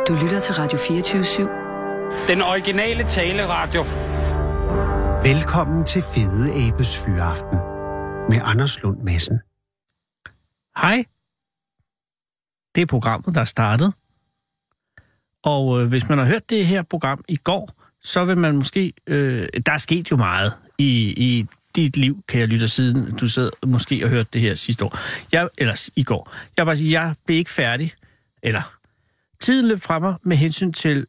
Du lytter til Radio 24/7. Den originale taleradio. Velkommen til Fede Abes Fyraften med Anders Lund Madsen. Hej. Det er programmet, der er startet. Og hvis man har hørt det her program i går, så vil man måske... der er sket jo meget i dit liv, kan jeg lytte siden du sad måske og hørte det her sidste år. Eller i går. Jeg vil bare sige, jeg blev ikke færdig. Eller tiden løb fra mig med hensyn til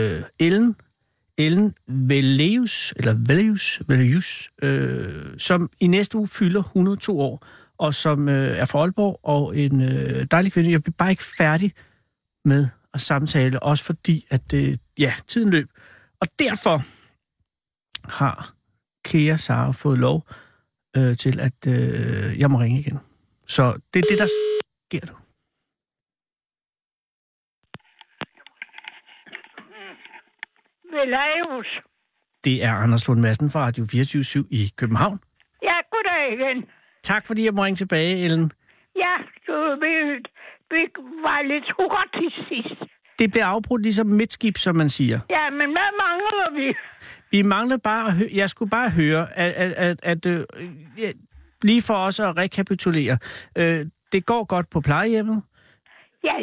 Ellen Velius, som i næste uge fylder 102 år, og som er fra Aalborg, og en dejlig kvinde. Jeg blev bare ikke færdig med at samtale, også fordi, at tiden løb. Og derfor har Kea Sara fået lov til, at jeg må ringe igen. Så det er det, der sker nu. Velius. Det er Anders Lund Madsen fra Radio 24/7 i København. Ja, goddag igen. Tak fordi jeg må ringe tilbage, Ellen. Ja, vi var lidt hurtigt sidst. Det blev afbrudt ligesom midtskib, som man siger. Ja, men hvad mangler vi? Vi mangler bare jeg skulle bare høre, at lige for os at rekapitulere. Det går godt på plejehjemmet. Ja.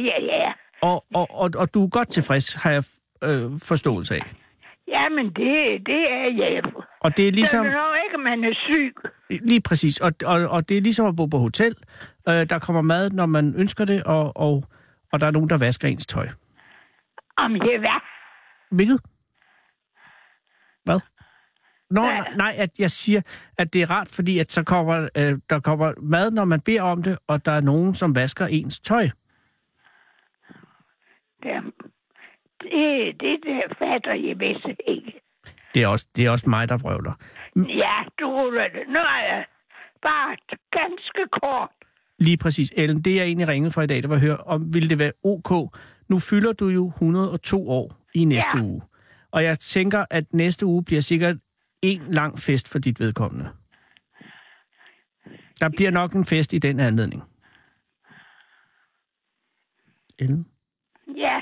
Og du er godt tilfreds, har jeg forståelse af. Ja, men det er hjælp. Og det er ligesom... Det er når ikke, man er syg. Lige præcis. Og det er ligesom at bo på hotel. Der kommer mad, når man ønsker det, og der er nogen, der vasker ens tøj. Om det er hvad? Hvilket? Hvad? Nej, at jeg siger, at det er rart, fordi at så kommer, der kommer mad, når man beder om det, og der er nogen, som vasker ens tøj. Det der fatter jeg vist ikke. Det er også mig, der vrøvler. Ja, du ruller det. Nu er jeg bare ganske kort. Lige præcis. Ellen, det jeg egentlig ringede for i dag, det var at høre, om ville det være ok. Nu fylder du jo 102 år i næste uge. Og jeg tænker, at næste uge bliver sikkert en lang fest for dit vedkommende. Der bliver nok en fest i den anledning. Ellen? Ja.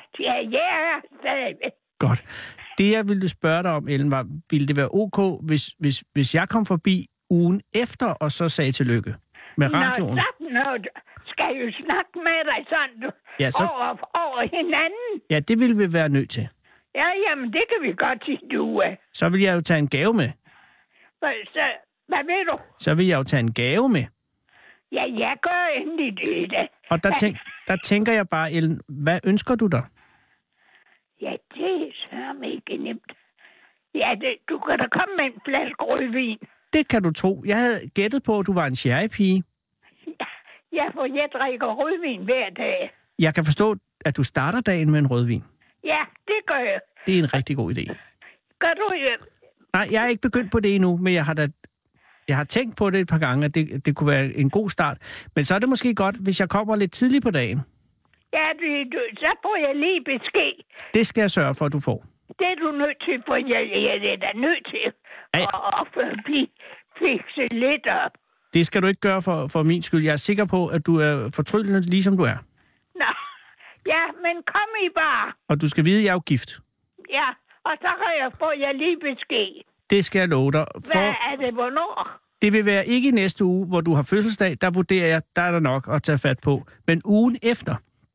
Godt. Det, jeg ville spørge dig om, Ellen, var, ville det være ok, hvis jeg kom forbi ugen efter, og så sagde tillykke med radioen? Nå, skal jo snakke med dig sådan over hinanden. Ja, det ville vi være nødt til. Ja, jamen, det kan vi godt sige, du er. Så vil jeg jo tage en gave med. Hvad ved du? Så vil jeg jo tage en gave med. Ja, jeg gør endelig det da. Og der tænker jeg bare, Ellen, hvad ønsker du dig? Ja, det er sørme ikke nemt. Ja, du kan da komme med en flaske rødvin. Det kan du tro. Jeg havde gættet på, at du var en sherrypige. Ja, for jeg drikker rødvin hver dag. Jeg kan forstå, at du starter dagen med en rødvin. Ja, det gør jeg. Det er en rigtig god idé. Gør du det? Nej, jeg er ikke begyndt på det endnu, men jeg har tænkt på det et par gange, at det kunne være en god start. Men så er det måske godt, hvis jeg kommer lidt tidligt på dagen. Ja, så får jeg lige besked. Det skal jeg sørge for, at du får. Det er du nødt til, for jeg er da nødt til at fikse lidt op. Det skal du ikke gøre for min skyld. Jeg er sikker på, at du er fortryllende, ligesom du er. Nå, ja, men kom I bare. Og du skal vide, at jeg er jo gift. Ja, og så får jeg lige besked. Det skal jeg love dig. Hvad er det, hvornår? Det vil være ikke i næste uge, hvor du har fødselsdag. Der vurderer jeg, der er der nok at tage fat på. Men ugen efter.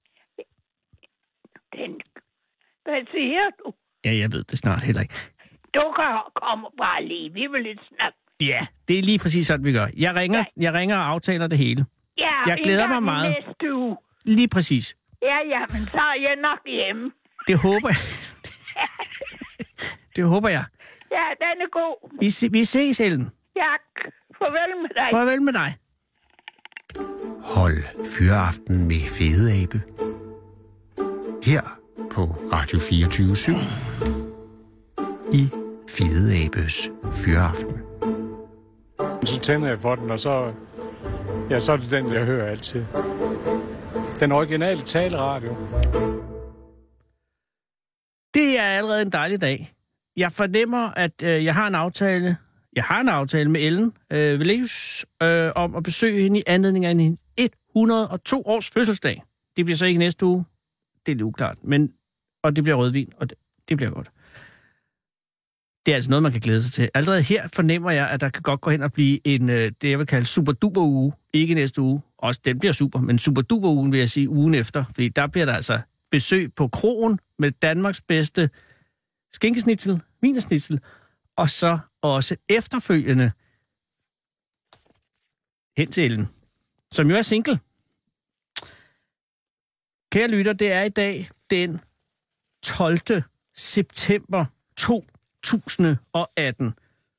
Hvad siger du? Ja, jeg ved det snart heller ikke. Du kan komme bare lige. Vi vil lidt snakke. Ja, det er lige præcis sådan, vi gør. Jeg ringer og aftaler det hele. Ja, jeg glæder mig meget. Næste uge. Lige præcis. Ja, men så er jeg nok hjemme. Det håber jeg. Det håber jeg. Ja, den er god. Vi ses, Ellen. Ja, farvel med dig. Farvel med dig. Hold Fyraften med Fede Abe. Her på Radio 24/7 i Fede Abes Fyraften. Så tænder jeg for den, og så er det den, jeg hører altid. Den originale taleradio. Det er allerede en dejlig dag. Jeg fornemmer, at jeg har en aftale med Ellen Velius om at besøge hende i anledning af en 102 års fødselsdag. Det bliver så ikke næste uge. Det er lidt uklart. Men og det bliver rødvin, og det bliver godt. Det er altså noget, man kan glæde sig til. Allerede her fornemmer jeg, at der kan godt gå hen og blive det jeg vil kalde super-duper-uge. Ikke næste uge. Også den bliver super, men super-duper-ugen vil jeg sige ugen efter. Fordi der bliver der altså besøg på kroen med Danmarks bedste skinkesnitzel, vinersnitzel, og så også efterfølgende hen til Ellen, som jo er single. Kære lytter, det er i dag den 12. september 2018.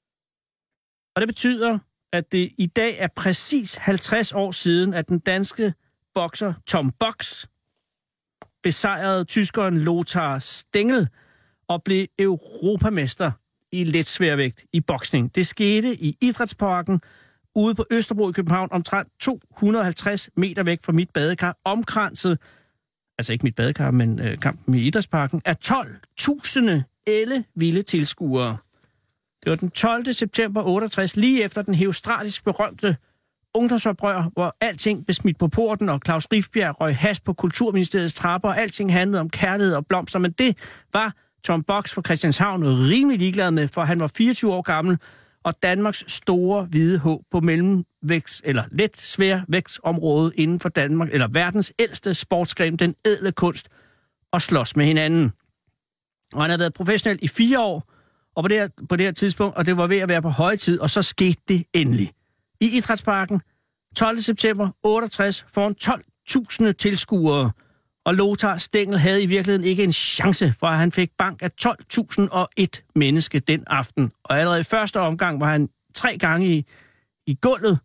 Og det betyder, at det i dag er præcis 50 år siden, at den danske bokser Tom Box besejrede tyskeren Lothar Stengel og blev europamester i letsværvægt i boksning. Det skete i Idrætsparken ude på Østerbro i København, omtrent 250 meter væk fra mit badekar, omkranset, altså ikke mit badekar, men kampen i Idrætsparken, af 12.000 vilde tilskuere. Det var den 12. september 68, lige efter den heostratisk berømte ungdomsoprør, hvor alting blev smidt på porten, og Claus Rifbjerg røg hash på Kulturministeriets trapper, og alting handlede om kærlighed og blomster, men det var Tom Box fra Christianshavn rimelig ligeglad med, for han var 24 år gammel, og Danmarks store hvide håb på mellemvægts- eller let sværvægtsområde inden for Danmark, eller verdens ældste sportsgren, den ædle kunst, at slås med hinanden. Og han havde været professionel i 4 år, og på det her tidspunkt, og det var ved at være på høje tid, og så skete det endelig. I Idrætsparken, 12. september 68, foran 12.000 tilskuere, og Lothar Stengel havde i virkeligheden ikke en chance, for han fik bank af 12.001 menneske den aften. Og allerede i første omgang var han 3 gange i gulvet,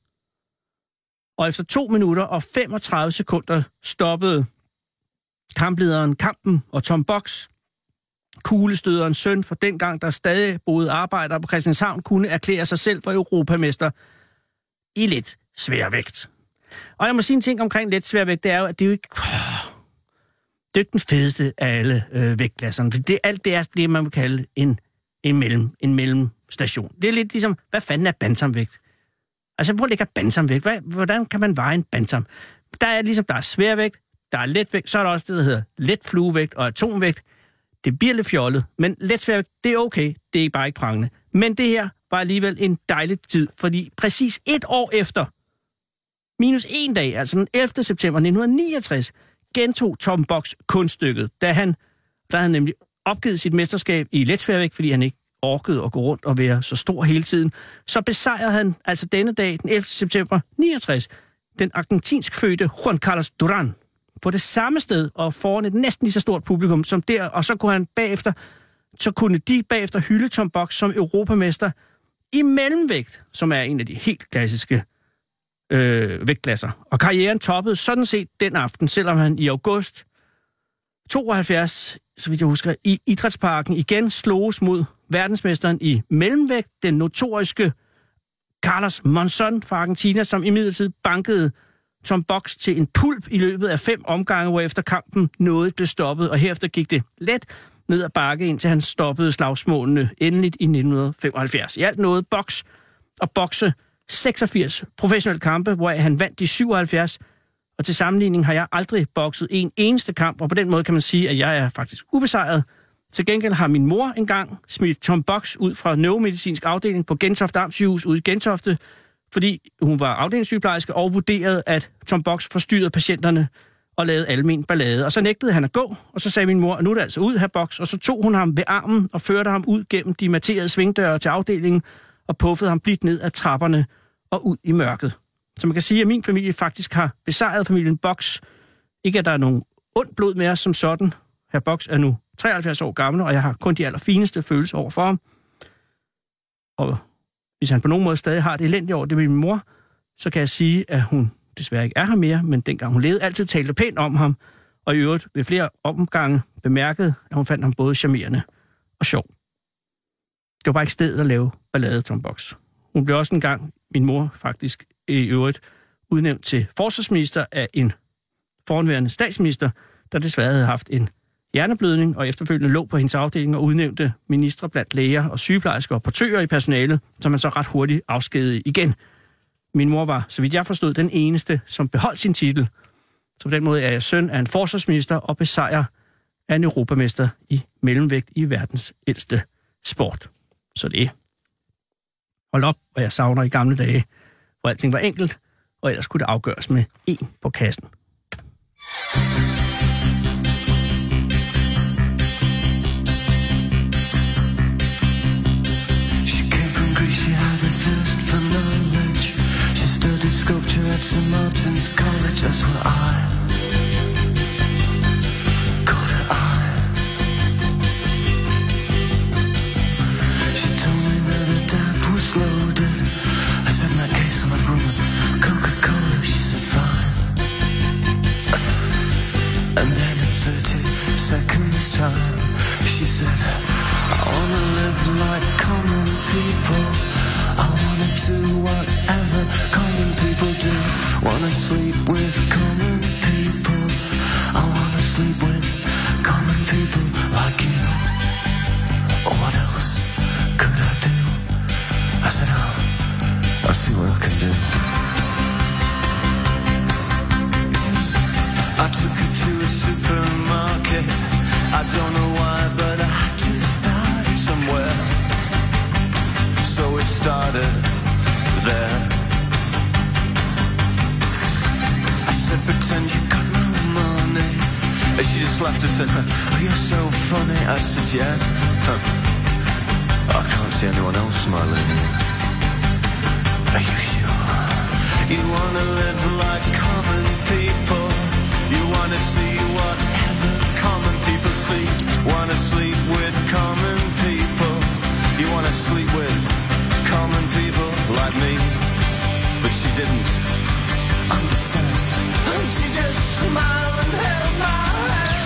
og efter 2 minutter og 35 sekunder stoppede kamplederen kampen, og Tom Box, kuglestøderens søn, for dengang der stadig boede arbejdere på Christianshavn, kunne erklære sig selv for europamester i let sværvægt. Og jeg må sige en ting omkring let sværvægt, det er jo, at det er jo ikke... Det er ikke den fedeste af alle vægtklasserne, for det er det, man vil kalde en mellemstation. Det er lidt ligesom, hvad fanden er bantamvægt? Altså, hvor ligger bantamvægt? Hvordan kan man veje en bantam? Der er sværvægt, der er letvægt, så er der også det, der hedder letfluevægt og atomvægt. Det bliver lidt fjollet, men letsværvægt, det er okay, det er bare ikke prangende. Men det her var alligevel en dejlig tid, fordi præcis 1 år efter, minus 1 dag, altså den 11. september 1969, gentog Tom Box kunststykket, da han nemlig opgivet sit mesterskab i letsværvægt, fordi han ikke orkede at gå rundt og være så stor hele tiden. Så besejrede han altså denne dag, den 11. september 69, den argentinsk fødte Juan Carlos Duran på det samme sted og foran et næsten lige så stort publikum som der, og så kunne de bagefter hylde Tom Box som europamester i mellemvægt, som er en af de helt klassiske vægtklasser. Og karrieren toppede sådan set den aften, selvom han i august 72, så vidt jeg husker, i Idrætsparken igen sloges mod verdensmesteren i mellemvægt, den notoriske Carlos Monzon fra Argentina, som imidlertid bankede Tom Box til en pulp i løbet af 5 omgange, hvorefter kampen nådigt blev stoppet, og herefter gik det let ned ad bakke, indtil han stoppede slagsmålene endeligt i 1975. I alt nåede Box at bokse 86 professionelle kampe, hvor han vandt de 77, og til sammenligning har jeg aldrig bokset en eneste kamp, og på den måde kan man sige, at jeg er faktisk ubesejret. Til gengæld har min mor engang smidt Tom Box ud fra neuromedicinsk afdeling på Gentofte Amtssygehus ude i Gentofte, fordi hun var afdelingssygeplejerske og vurderede, at Tom Box forstyrrede patienterne og lavede almen ballade. Og så nægtede han at gå, og så sagde min mor, nu er det altså ud her Box, og så tog hun ham ved armen og førte ham ud gennem de materede svingdøre til afdelingen og puffede ham blidt ned ad trapperne og ud i mørket. Så man kan sige, at min familie faktisk har besejret familien Box. Ikke at der er nogen ondt blod med os som sådan. Herr Box er nu 73 år gammel, og jeg har kun de allerfineste følelser over for ham. Og hvis han på nogen måde stadig har det elendige over det med min mor, så kan jeg sige, at hun desværre ikke er her mere, men dengang hun levede, altid talte pænt om ham, og i øvrigt ved flere omgange bemærkede, at hun fandt ham både charmerende og sjov. Det var bare ikke stedet at lave ballade, Tom Box. Hun blev også en gang, min mor faktisk i øvrigt, udnævnt til forsvarsminister af en forhenværende statsminister, der desværre havde haft en hjerneblødning, og efterfølgende lå på hendes afdeling og udnævnte ministre blandt læger og sygeplejersker og portører i personalet, som man så ret hurtigt afskedede igen. Min mor var, så vidt jeg forstod, den eneste, som beholdt sin titel. Så på den måde er jeg søn af en forsvarsminister og besejrer er en europamester i mellemvægt i verdens ældste sport. Så det hold op, og jeg savner i gamle dage, hvor alting var enkelt, og ellers kunne det afgøres med 1 på kassen. Sculpture at St. Martin's College, that's where I got her eye. She told me that her dad was loaded. I said, in that case, I'm at room with Coca-Cola. She said, fine. And then in 30 seconds time, she said, I wanna live like common people. I wanna do whatever common people do. Wanna sleep with common people. I wanna sleep with common people like you. What else could I do? I said, I'll see what I can do. I took her to a supermarket. I don't know why, but I had to start somewhere. So it started there. I said, pretend you got no money. And she just laughed and said, oh, you're so funny. I said, yeah. I can't see anyone else smiling. Are you sure? You wanna live like common people. You wanna see whatever common people see. Wanna sleep with common people. You wanna sleep with common people like me. But she didn't understand. And she just smiled and held my hand.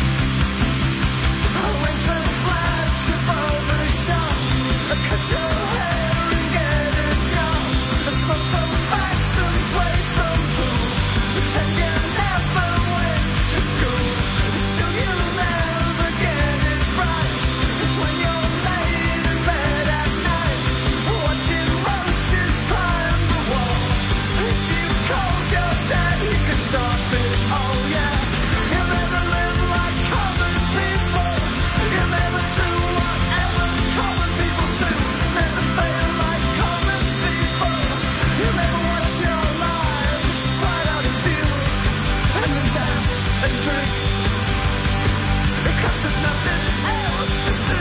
I went to flagship over the shop. I cut your hair and get a job. I smoke some facts and play some pool. Pretend you never went to school. Still you'll never get it right. It's when you're laid in bed at night, watching roaches climb the wall. If you called your dad, he could stop it. Oh yeah, you'll never live like common people. You'll never do whatever common people do. Never fail like common people. You'll never watch your life slide out of view. And then dance and drink, because there's nothing else to do.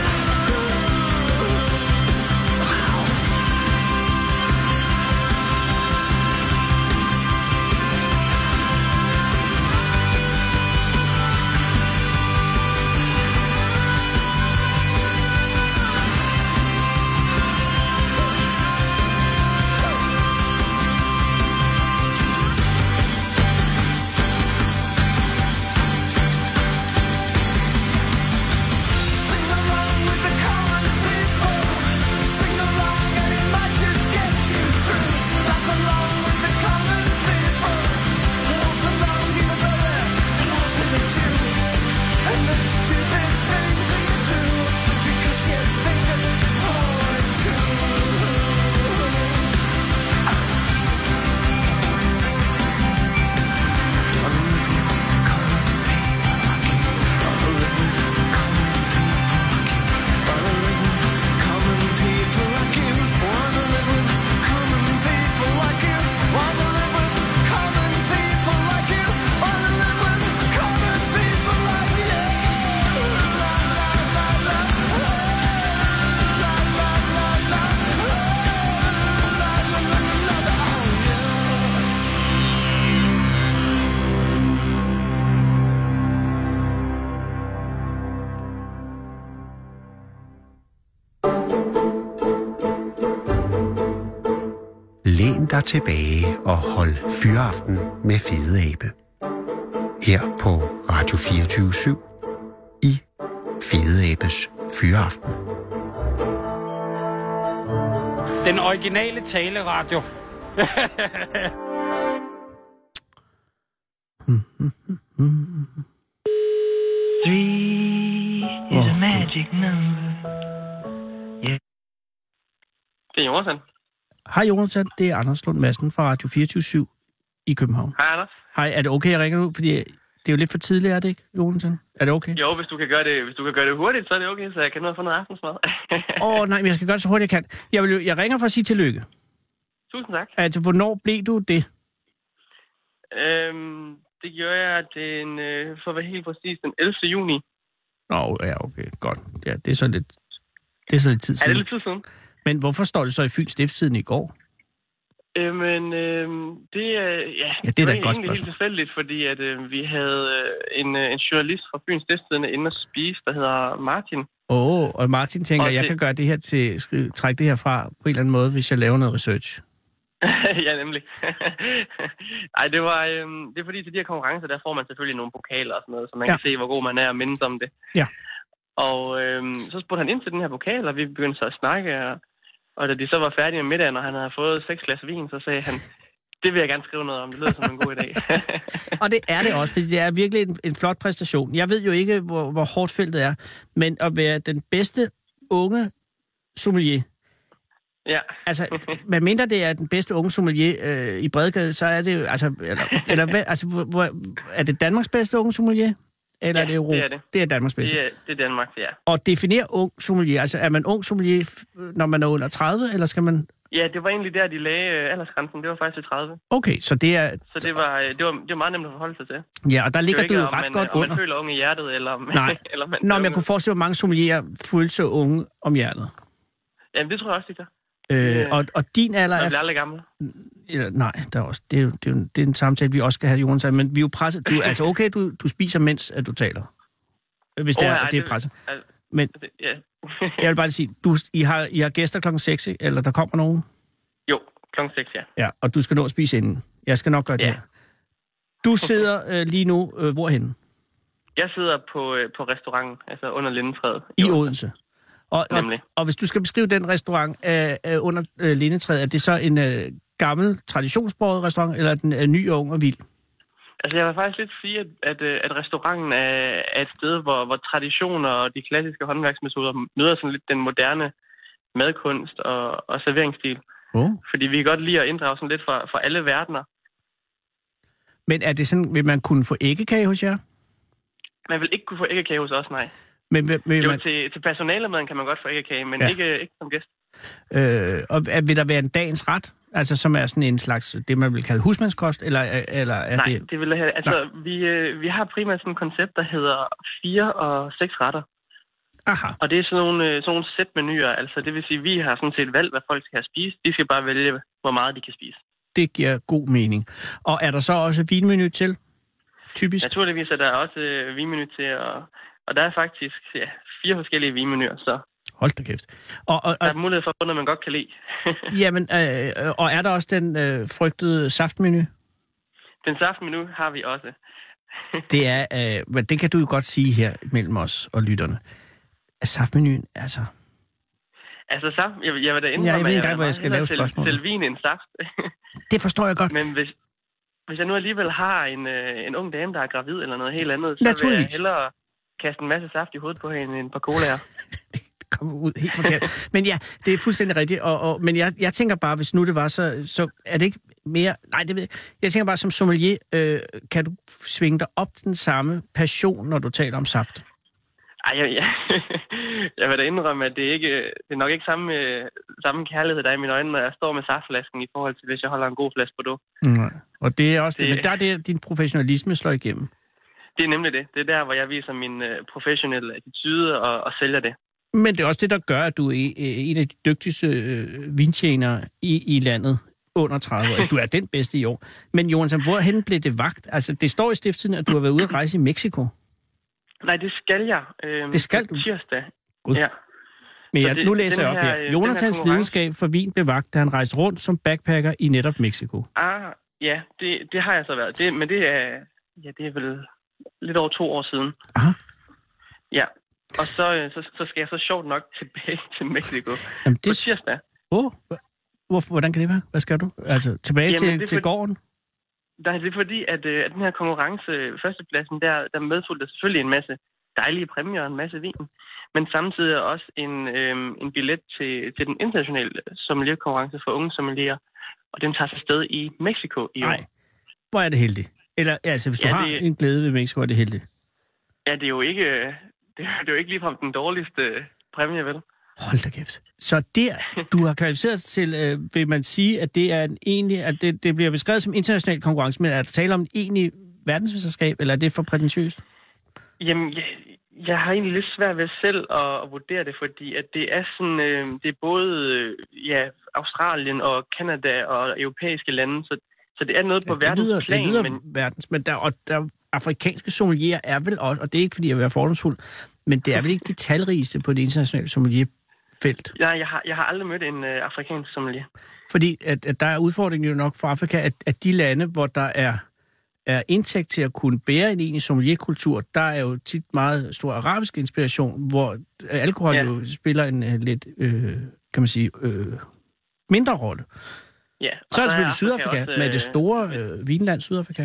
Sing along with the common people. Sing along and it might just get you through. Laugh along with the common people. Walk along even though they're laughing at you. And the stupid things that you do because you think that oh, it's cool. I live with common people like you. I live with common people like you. I live with common people like you. Wanna live with common people like you. Wanna live with common people like you. Wanna live with common people like you. La la la la. La la la la. La la la la la. Oh yeah. Læn dig tilbage og hold fyraften med Fede Abe. Her på Radio 24/7 i Fede Abes Fyraften. Den originale taleradio. Three is a magic number. Det er Jonathan. Hej Jonathan, det er Anders Lund Madsen fra Radio 24/7 i København. Hej Anders. Hej, er det okay, jeg ringer nu? Fordi det er jo lidt for tidligt, er det ikke, Jonathan? Er det okay? Jo, hvis du kan gøre det hurtigt, så er det okay, så jeg kan nå at få noget aftensmad. Nej, men jeg skal gøre det så hurtigt, jeg kan. Jeg ringer for at sige tillykke. Tusind tak. Altså, hvornår blev du det? Det gjorde jeg for at være helt præcis, den 11. juni. Ja, okay, godt. Ja, det er så lidt tid siden. Er det lidt tid siden? Men hvorfor står det så i Fyns Stiftstidende i går? Det er da det var et godt egentlig helt tilfældigt, fordi at vi havde en journalist fra Fyns Stiftstidende inde og spise, der hedder Martin. Og Martin tænker, jeg kan gøre det her trække det her fra på en eller anden måde, hvis jeg laver noget research. Ja, nemlig. Ej, det er fordi til de her konkurrencer, der får man selvfølgelig nogle pokaler og sådan noget, så man kan se, hvor god man er og mindes om det. Ja. Og så spurgte han ind til den her pokal, og vi begyndte så at snakke, og da de så var færdige med middagen, og han havde fået 6 glas vin, så sagde han, det vil jeg gerne skrive noget om, det lyder som en god idé. Og det er det også, fordi det er virkelig en flot præstation. Jeg ved jo ikke, hvor hårdt feltet er, men at være den bedste unge sommelier. Ja. Altså, medmindre det er den bedste unge sommelier i Bredgade, så er det jo, er det Danmarks bedste unge sommelier? Eller er det Europa? Det er det. Det er Danmarks bedste. Det er Danmark, ja. Og definere ung sommelier, altså er man ung sommelier, når man er under 30, eller skal man... Ja, det var egentlig der, de lagde aldersgrænsen. Det var faktisk til 30. Okay, så det er... Så det var meget nemt at forholde sig til. Ja, og der ligger du jo ret godt under. Om man føler unge i hjertet, eller... Nej, eller man men jeg kunne forestille, hvor mange sommelier føler sig unge om hjertet. Jamen, det tror jeg også, de gør. Og din alder er... Man bliver aldrig gammel. Nej, der er også, det er en samtale, vi også skal have, Jonathan, men vi er jo presset. Altså okay, du spiser, mens at du taler. Hvis det er presset. Men jeg vil bare sige, I har gæster klokken 6, eller der kommer nogen? Jo, klokken 6, ja. Ja, og du skal nå at spise inden. Jeg skal nok gøre det her. Du sidder lige nu hvorhenne? Jeg sidder på restauranten, altså under Lindetræet. I Odense. Og hvis du skal beskrive den restaurant under Lindetræet, er det så en gammel, traditionsbåret restaurant, eller er den ny, ung og vild? Altså, jeg vil faktisk lidt sige, at restauranten er et sted, hvor traditioner og de klassiske håndværksmetoder møder sådan lidt den moderne madkunst og serveringsstil. Fordi vi kan godt lide at inddrage sådan lidt fra alle verdener. Men er det sådan, vil man kunne få æggekage hos jer? Man vil ikke kunne få æggekage hos os, nej. Men til personalemaden kan man godt få æggekage, men ikke som gæst. Og vil der være en dagens ret? Altså som er sådan en slags, det man vil kalde husmandskost, eller er nej, det... det vil jeg altså, vi har primært sådan et koncept, der hedder 4 og 6 retter. Aha. Og det er sådan nogle sætmenuer, altså det vil sige, vi har sådan set valgt, hvad folk skal have spist. De skal bare vælge, hvor meget de kan spise. Det giver god mening. Og er der så også vinmenu til? Typisk? Naturligvis er der også vinmenu til, og der er faktisk 4 forskellige vinmenuer, så... Hold da kæft. Der er mulighed for noget, man godt kan lide. Jamen, og er der også den frygtede saftmenu? Den saftmenu har vi også. Det er, det kan du jo godt sige her mellem os og lytterne. Er saftmenuen, altså... Altså saft, jeg vil da indrømme, jeg ved ikke, hvor jeg skal lave spørgsmål. Til vin en saft. Det forstår jeg godt. Men hvis jeg nu alligevel har en ung dame, der er gravid eller noget helt andet, så vil jeg hellere kaste en masse saft i hovedet på hende end et par colaer. Kommer ud helt forkert. Men ja, det er fuldstændig rigtigt. Men jeg tænker bare, hvis nu det var, så er det ikke mere... Nej, det ved jeg. Jeg tænker bare, som sommelier, kan du svinge dig op til den samme passion, når du taler om saft? Ej, jeg vil da indrømme, at det er nok ikke samme kærlighed, der er i mine øjne, når jeg står med saftflasken i forhold til, hvis jeg holder en god flaske på Bordeaux. Nej. Og det er også det. Men der er det, din professionalisme slår igennem. Det er nemlig det. Det er der, hvor jeg viser min professionelle attitude og sælger det. Men det er også det, der gør, at du er en af de dygtigste vintjenere i landet under 30 år. Du er den bedste i år. Men Jonathan, hvorhen blev det vagt? Altså, det står i stiftstiden, at du har været ude at rejse i Mexico. Nej, det skal jeg. Det skal du? Tirsdag. God. Ja. Men nu læser jeg op her. Jonathans lidenskab for vin blev vagt, da han rejste rundt som backpacker i netop Mexico. Ja, det har jeg så været. Men det er vel lidt over 2 år siden. Aha. Ja. Og så skal jeg så sjovt nok tilbage til Mexico på tirsdag. Hvordan kan det være? Hvad skal du? Altså tilbage til gården? Det er fordi, at den her konkurrence, førstepladsen, der medfulgte selvfølgelig en masse dejlige præmier og en masse vin. Men samtidig også en billet til den internationale sommelierkonkurrence for unge sommelier. Og den tager sig sted i Mexico i år. Hvor er det heldigt. Eller altså, hvis du Ja, har en glæde ved Mexico, er det heldigt. Ja, det er jo ikke, det er jo ikke ligefrem den dårligste præmie, vel? Hold da kæft. Så der, du har kvalificeret til, vil man sige, at det er egentlig, at det bliver beskrevet som international konkurrence, men er der tale om en egentlig verdensmesterskab, eller er det for prætentiøst? Jamen, jeg har egentlig lidt svært ved selv at vurdere det, fordi at det er sådan, det er både Australien og Canada og europæiske lande, så det er noget på verdensplan. Det lyder verdens, men der afrikanske sommelier er vel også, og det er ikke fordi jeg vil være fordomsfuld, men det er vel ikke de talrigeste på det internationale sommelierfelt? Nej, jeg har aldrig mødt en afrikansk sommelier. Fordi at der er udfordringen jo nok for Afrika, at de lande, hvor der er indtægt til at kunne bære en egentlig sommelierkultur, der er jo tit meget stor arabisk inspiration, hvor alkohol jo spiller en lidt, kan man sige, mindre rolle. Ja, så er det selvfølgelig Sydafrika, også, med det store vinland Sydafrika.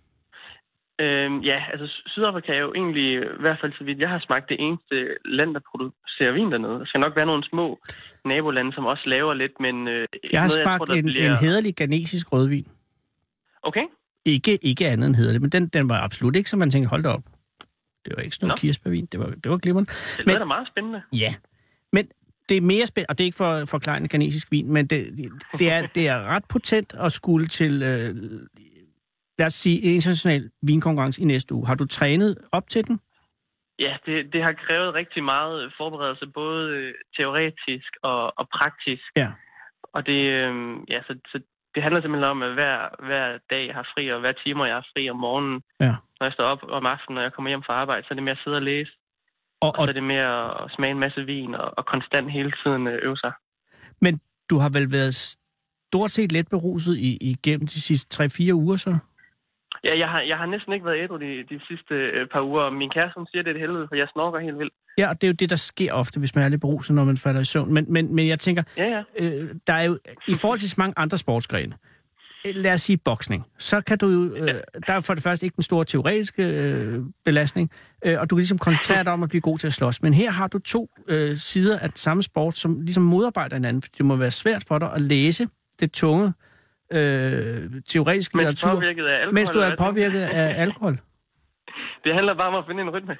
Altså Sydafrika er jo egentlig, i hvert fald så vidt jeg har smagt, det eneste land, der producerer vin dernede. Der skal nok være nogle små nabolande, som også laver lidt, men... jeg har smagt en hæderlig ghanesisk rødvin. Okay. Ikke andet end hæderlig, men den var absolut ikke, som man tænkte, hold da op. Det var ikke sådan noget kirsebærvin, det var glimrende. Det lyder da meget spændende. Ja, men det er mere spændende, og det er ikke for at forklare en ghanesisk vin, men det er ret potent at skulle til... lad os sige, en international vinkonkurrence i næste uge. Har du trænet op til den? Ja, det har krævet rigtig meget forberedelse, både teoretisk og praktisk. Ja. Og det, så det handler simpelthen om, at hver dag jeg har fri, og hver time jeg har fri om morgenen. Ja. Når jeg står op om aftenen, når jeg kommer hjem fra arbejde, så er det med at sidde og læse. Og så er det med at smage en masse vin og konstant hele tiden øve sig. Men du har vel været stort set let beruset igennem de sidste 3-4 uger så? Ja, jeg har næsten ikke været ædru de sidste par uger. Min kæreste, hun siger, det er et helvede, for jeg snorker helt vildt. Ja, og det er jo det, der sker ofte, hvis man er lidt beruset, når man falder i søvn. Men jeg tænker, der er jo, i forhold til så mange andre sportsgrene, lad os sige boksning, så kan du jo, der er for det første ikke den store teoretiske belastning, og du kan ligesom koncentrere dig om at blive god til at slås. Men her har du to sider af den samme sport, som ligesom modarbejder hinanden, for det må være svært for dig at læse det tunge teoretisk litteratur, mens du er påvirket af alkohol. Det handler bare om at finde en rytme.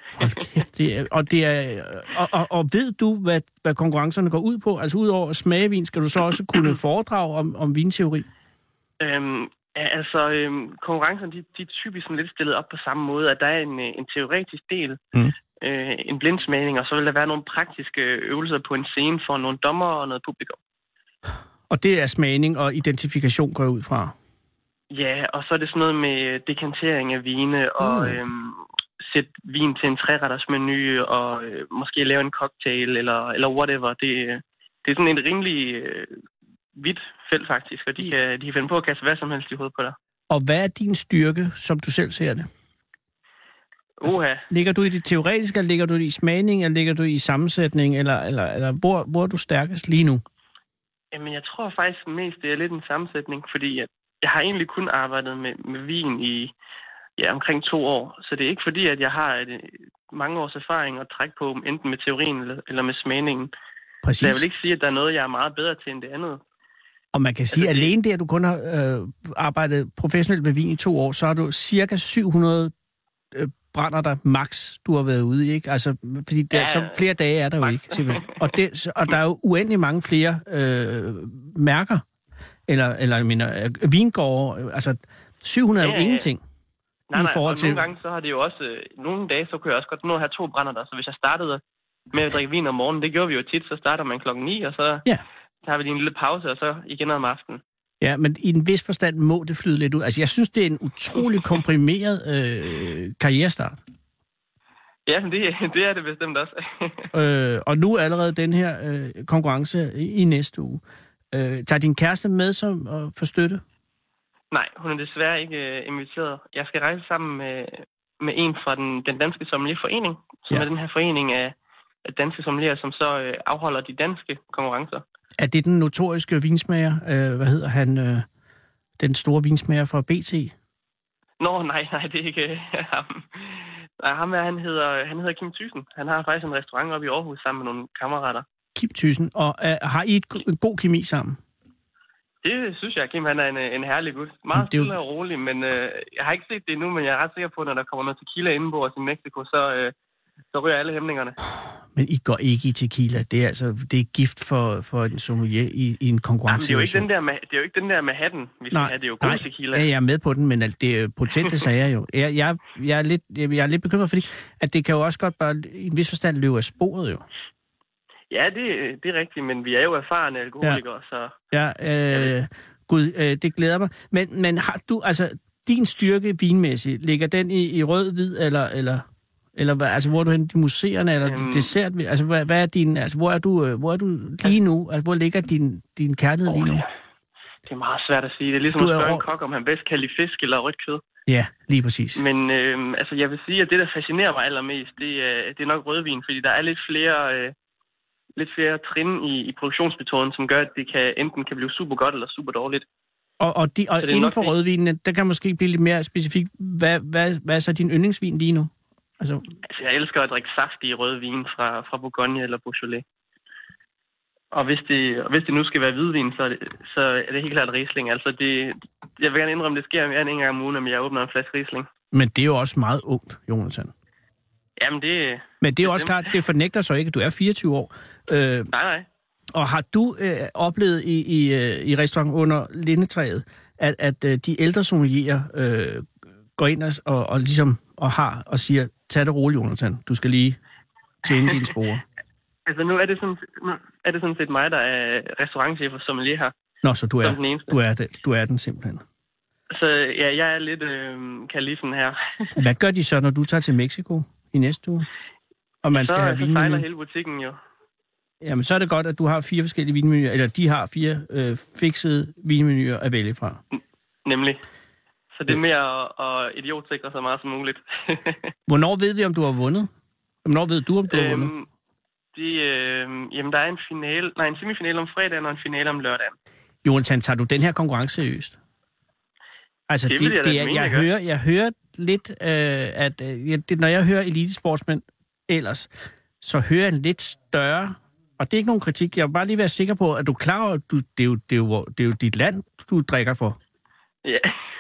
Og ved du, hvad konkurrencerne går ud på? Altså udover smagevin, skal du så også kunne foredrage om vinteori? Konkurrencerne de er typisk lidt stillet op på samme måde, at der er en teoretisk del, en blindsmagning, og så vil der være nogle praktiske øvelser på en scene for nogle dommer og noget publikum. Og det er smagning og identifikation, går jeg ud fra? Ja, og så er det sådan noget med dekantering af vine, og sætte vin til en 3-retters menu, og måske lave en cocktail, eller whatever. Det er sådan en rimelig vidt felt, faktisk, og de kan finde på at kaste hvad som helst i hovedet på dig. Og hvad er din styrke, som du selv ser det? Altså, ligger du i det teoretiske, eller ligger du i smagning, eller ligger du i sammensætning, eller hvor er du stærkest lige nu? Jamen, jeg tror faktisk mest, det er lidt en sammensætning, fordi jeg har egentlig kun arbejdet med vin i omkring 2 år. Så det er ikke fordi, at jeg har mange års erfaring at trække på, enten med teorien eller med smagningen. Præcis. Så jeg vil ikke sige, at der er noget, jeg er meget bedre til end det andet. Og man kan sige, at alene det, at du kun har arbejdet professionelt med vin i 2 år, så har du cirka 700 brænder der max, du har været ude i, ikke? Altså, fordi så flere dage er der jo ikke, simpelthen. Og der er jo uendelig mange flere mærker, eller vingårde, altså 700 er jo ingenting. Nej, og nogle gange så har det jo også, nogle dage, så kunne jeg også godt nå at have 2 brænder der, så hvis jeg startede med at drikke vin om morgenen, det gjorde vi jo tit, så starter man 9:00, og så har vi lige en lille pause, og så igen om aftenen. Ja, men i en vis forstand må det flyde lidt ud. Altså, jeg synes, det er en utrolig komprimeret karrierestart. Ja, men det er det bestemt også. Og nu er allerede den her konkurrence i næste uge. Tager din kæreste med som at få støtte? Nej, hun er desværre ikke inviteret. Jeg skal rejse sammen med en fra den danske sommelierforening, som er den her forening af danske sommelier, som så afholder de danske konkurrencer. Er det den notoriske vinsmager? Hvad hedder han? Den store vinsmager fra BT? Nej, det er ikke ham. Nej, han hedder Kim Thyssen. Han har faktisk en restaurant oppe i Aarhus sammen med nogle kammerater. Kim Thyssen. Og har I en god kemi sammen? Det synes jeg, Kim, han er en herlig gut. Meget stille og rolig, men jeg har ikke set det endnu, men jeg er ret sikker på, at når der kommer noget tequila indenbords i Mexico, så ryger alle hæmningerne. Men I går ikke i tequila. Det er gift for en sommelier i en konkurrence. Det er jo ikke den der med hatten, vi skal have. Det er jo god tequila. Ja, jeg er med på den, men det er potente sager jo. Jeg er lidt bekymret, fordi at det kan jo også godt bare i en vis forstand løbe af sporet jo. Ja, det er rigtigt, men vi er jo erfarne alkoholikere, så... Ja, Gud, det glæder mig. Men har du, altså, din styrke vinmæssigt, ligger den i rød-hvid, eller hvad, altså, hvor er du henne i museerne, eller dessert? Altså, hvad er din, altså, hvor er du lige nu? Altså, hvor ligger din kærlighed lige nu? Det er meget svært at sige. Det er ligesom at spørge en kok, om han bedst kan lide fisk eller rødt kød. Ja, lige præcis. Men altså, jeg vil sige, at det, der fascinerer mig allermest, det er nok rødvin, fordi der er lidt flere trin i produktionsmetoden, som gør, at det enten kan blive super godt eller super dårligt. Og inden for rødvinene, der kan måske blive lidt mere specifikt. Hvad er så din yndlingsvin lige nu? Altså, jeg elsker at drikke saftige rødvin fra Bourgogne eller Beaujolais. Og hvis det nu skal være hvidvin, så er det helt klart Riesling. Altså, jeg vil gerne indrømme, det sker mere end en gang om ugen, at jeg åbner en flaske Riesling. Men det er jo også meget ungt, Jonathan. Jamen, Men det er jo også klart, det fornægter så ikke, at du er 24 år. Nej. Og har du oplevet i restaurant under lindetræet, at de ældre sommelierer går ind og ligesom og siger, tag det roligt, Jonathan, du skal lige tjene dine spore? Altså nu er det sådan set mig, der er restaurantchef og sommelier her. Nå, så du er den simpelthen. Så ja, jeg er lidt kalifen her. Hvad gør de så, når du tager til Mexico i næste uge? Og man skal have vinmenu? Så sejler hele butikken jo. Jamen, så er det godt, at du har 4 forskellige vinmenuer, eller de har 4 fiksede vinmenuer at vælge fra. Nemlig. Så det er mere at idiotsikre så meget som muligt. Hvornår ved vi, om du har vundet? Hvornår ved du, om du har vundet? Jamen, der er en semifinale om fredagen og en finale om lørdagen. Jonathan, tager du den her konkurrence seriøst? Altså, jeg hører lidt, at når jeg hører elitesportsmænd ellers, så hører jeg en lidt større, og det er ikke nogen kritik, jeg vil bare lige være sikker på, at du er klar over, at det er jo dit land, du drikker for. Ja.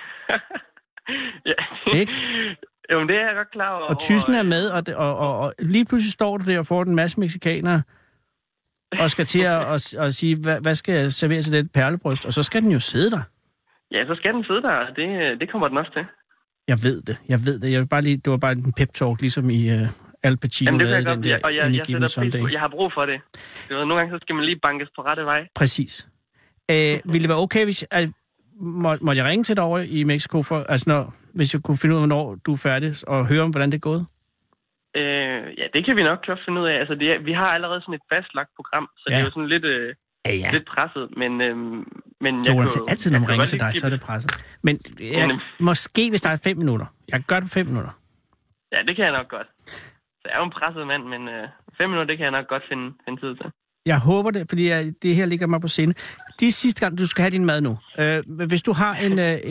Ja. Ikke? Jo, det er jeg godt klar over. Og tysen er med, og lige pludselig står du der og får en masse mexikanere, og skal til at sige, hvad skal jeg servere til det perlebryst? Og så skal den jo sidde der. Ja, så skal den sidde der. Det kommer den også til. Jeg ved det. Det var bare en pep-talk, ligesom i Al Pacino lavede den der. Og jeg sætter pris på. Jeg har brug for det. Nogle gange så skal man lige bankes på rette vej. Præcis. Ville det være okay, hvis... Måtte jeg ringe til dig over i Mexico, hvis jeg kunne finde ud af, hvornår du er færdig, og høre om, hvordan det er gået? Ja, det kan vi nok godt finde ud af. Altså, vi har allerede sådan et fastlagt program, så det er jo sådan lidt presset, men jeg kan jo... altid, når man ringer til dig, så er det presset. Men måske, hvis der er 5 minutter. Jeg kan gøre det på 5 minutter. Ja, det kan jeg nok godt. Så jeg er jo en presset mand, men 5 minutter, det kan jeg nok godt finde tid til. Jeg håber det, fordi det her ligger mig på scene. De sidste gang, du skal have din mad nu. Hvis du har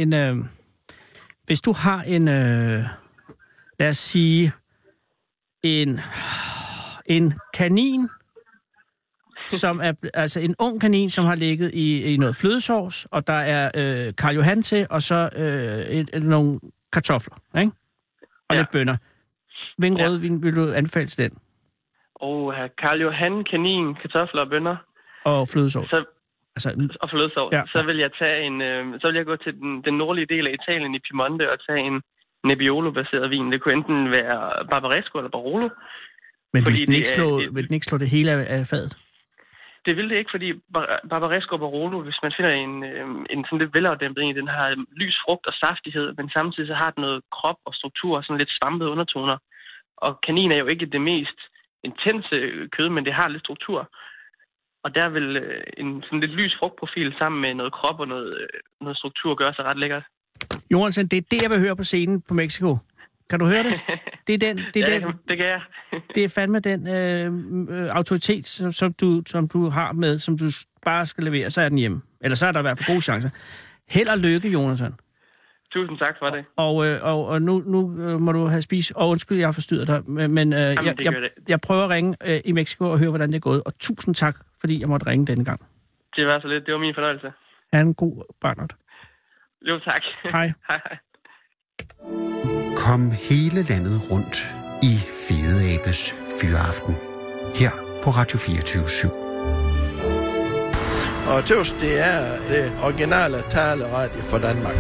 lad os sige, en kanin, som er, altså en ung kanin, som har ligget i noget flødesovs, og der er Karl Johan til, og så nogle kartofler, ikke? Og lidt bønner. Hvilken rødvin vil du anbefale til den? Karl Johan, kanin, kartofler og bønner. Og flødesovs. Og flødesovs. Ja. Så vil jeg gå til den nordlige del af Italien i Piemonte og tage en Nebbiolo-baseret vin. Det kunne enten være Barbaresco eller Barolo. Men vil den ikke slå det hele af fadet? Det vil det ikke, fordi Barbaresco og Barolo, hvis man finder en sådan lidt velafdæmpet en, den har lys frugt og saftighed, men samtidig så har den noget krop og struktur og sådan lidt svampede undertoner. Og kanin er jo ikke det mest intense kød, men det har lidt struktur. Og der vil en sådan lidt lys frugtprofil sammen med noget krop og noget struktur gøre sig ret lækkert. Jonathan, det er det, jeg vil høre på scenen på Mexico. Kan du høre det? Det er den. Det kan jeg. Det er fandme den autoritet, som du har med, som du bare skal levere, så er den hjemme. Eller så er der i hvert fald gode chancer. Held og lykke, Jonathan. Tusind tak for det. Og nu må du have spist. Og undskyld, jeg har forstyrret dig. Men jeg prøver at ringe i Mexico og høre, hvordan det er gået. Og tusind tak, fordi jeg måtte ringe denne gang. Det var så lidt. Det var min fornøjelse. Ha' en god barnert. Jo, tak. Hej. Hej, hej. Kom hele landet rundt i Fede Abes Fyraften. Her på Radio 24/7. Og tøvs, det er det originale taleradio for Danmark.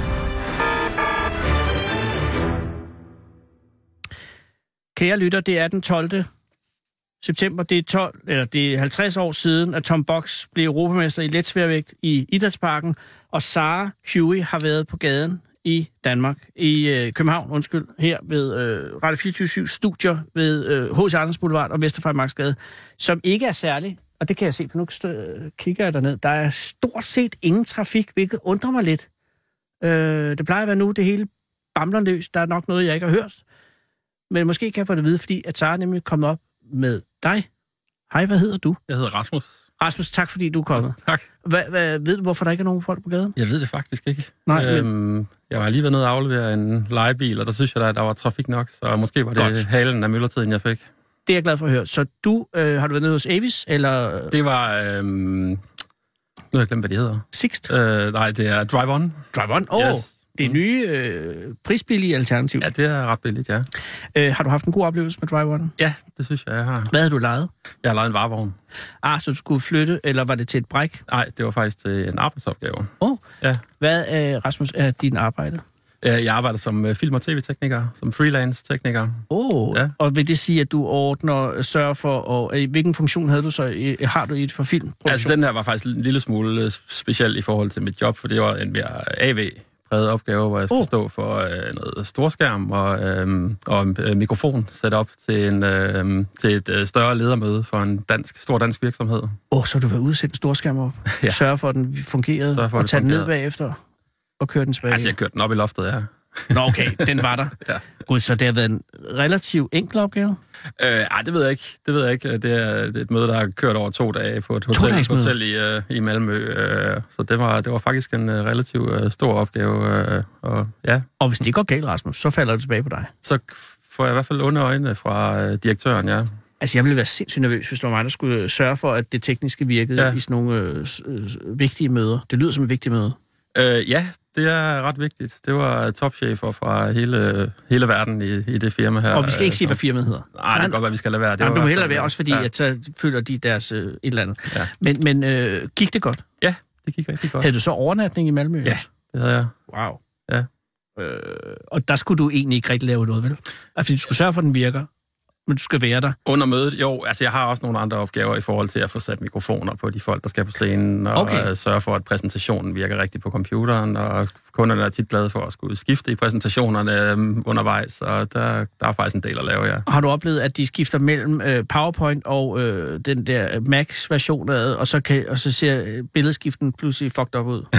Kære lytter, det er den 12. september. Det er 50 år siden, at Tom Box blev europamester i letsværvægt i Idrætsparken, og Sarah Huey har været på gaden i Danmark, i København, her ved Radio 24/7 studier ved H.C. Andersens Boulevard og Vesterfejmarksgade, som ikke er særlig, og det kan jeg se, for nu kigger jeg derned. Der er stort set ingen trafik, hvilket undrer mig lidt. Det plejer at være nu, det hele bamler løs. Der er nok noget, jeg ikke har hørt. Men måske kan jeg få det at vide, fordi at Sarah er nemlig kommet op med dig. Hej, hvad hedder du? Jeg hedder Rasmus. Rasmus, tak fordi du er kommet. Tak. Ved du, hvorfor der ikke er nogen folk på gaden? Jeg ved det faktisk ikke. Nej, jeg var lige ved nede og aflevere en lejebil, og der synes jeg, at der var trafik nok, så måske var det Godt. halen af møllertiden, jeg fik. Det er jeg glad for at høre. Så du, har du været nede hos Avis, eller? Det var... nu har jeg glemt, hvad de hedder. Sixt? Nej, det er Drive On. Drive On? Yes. Det er nye, prisbillige alternativ. Ja, det er ret billigt, ja. Har du haft en god oplevelse med Drive On? Ja, det synes jeg har. Hvad havde du lejet? Jeg har lejet en varevogn. Så du skulle flytte, eller var det til et bræk? Nej, det var faktisk til en arbejdsopgave. Ja. Hvad, Rasmus, er din arbejde? Jeg arbejder som film- og tv-tekniker, som freelance-tekniker. Ja. Og vil det sige, at du sørger for, og hvilken funktion havde du så, har du for filmproduktion? Altså, den her var faktisk en lille smule speciel i forhold til mit job, for det var en mere AV-præget opgave, hvor jeg skulle stå for noget storskærm og mikrofon sat op til, til et større ledermøde for en stor dansk virksomhed. Så du var ude at sætte en storskærm op? Ja. Sørge for, at den fungerede, og tage den ned bagefter? Og køre den tilbage? Altså, jeg kørte den op i loftet, ja. Nå, okay, den var der. Ja. Gud, så det har været en relativt enkel opgave? Det ved jeg ikke. Det er et møde, der har kørt over 2 dage på et hotel i Malmø. Så det var faktisk en relativt stor opgave. Og hvis det går galt, Rasmus, så falder det tilbage på dig? Så får jeg i hvert fald onde øjne fra direktøren, ja. Altså, jeg ville være sindssygt nervøs, hvis det var mig, der skulle sørge for, at det tekniske virkede i sådan nogle vigtige møder. Det lyder som et vigtigt møde. Ja, det er ret vigtigt. Det var topchefer fra hele verden i det firma her. Og vi skal ikke sige, hvad firmaet hedder. Nej, det kan godt være, vi skal lade være. Du må hellere være, også fordi at så føler de deres et eller andet. Ja. Men gik det godt? Ja, det gik rigtig godt. Havde du så overnatning i Malmø? Ja, det havde jeg. Wow. Ja. Og der skulle du egentlig ikke rigtig lave noget, vel? Fordi du skulle sørge for, at den virker. Men du skal være der. Under mødet, jo. Altså, jeg har også nogle andre opgaver i forhold til at få sat mikrofoner på de folk, der skal på scenen, og sørge for, at præsentationen virker rigtigt på computeren, og kunderne er tit glade for at skulle skifte i præsentationerne undervejs, og der er faktisk en del at lave, ja. Har du oplevet, at de skifter mellem PowerPoint og den der Max-version, og så ser billedskiften pludselig fucked up ud?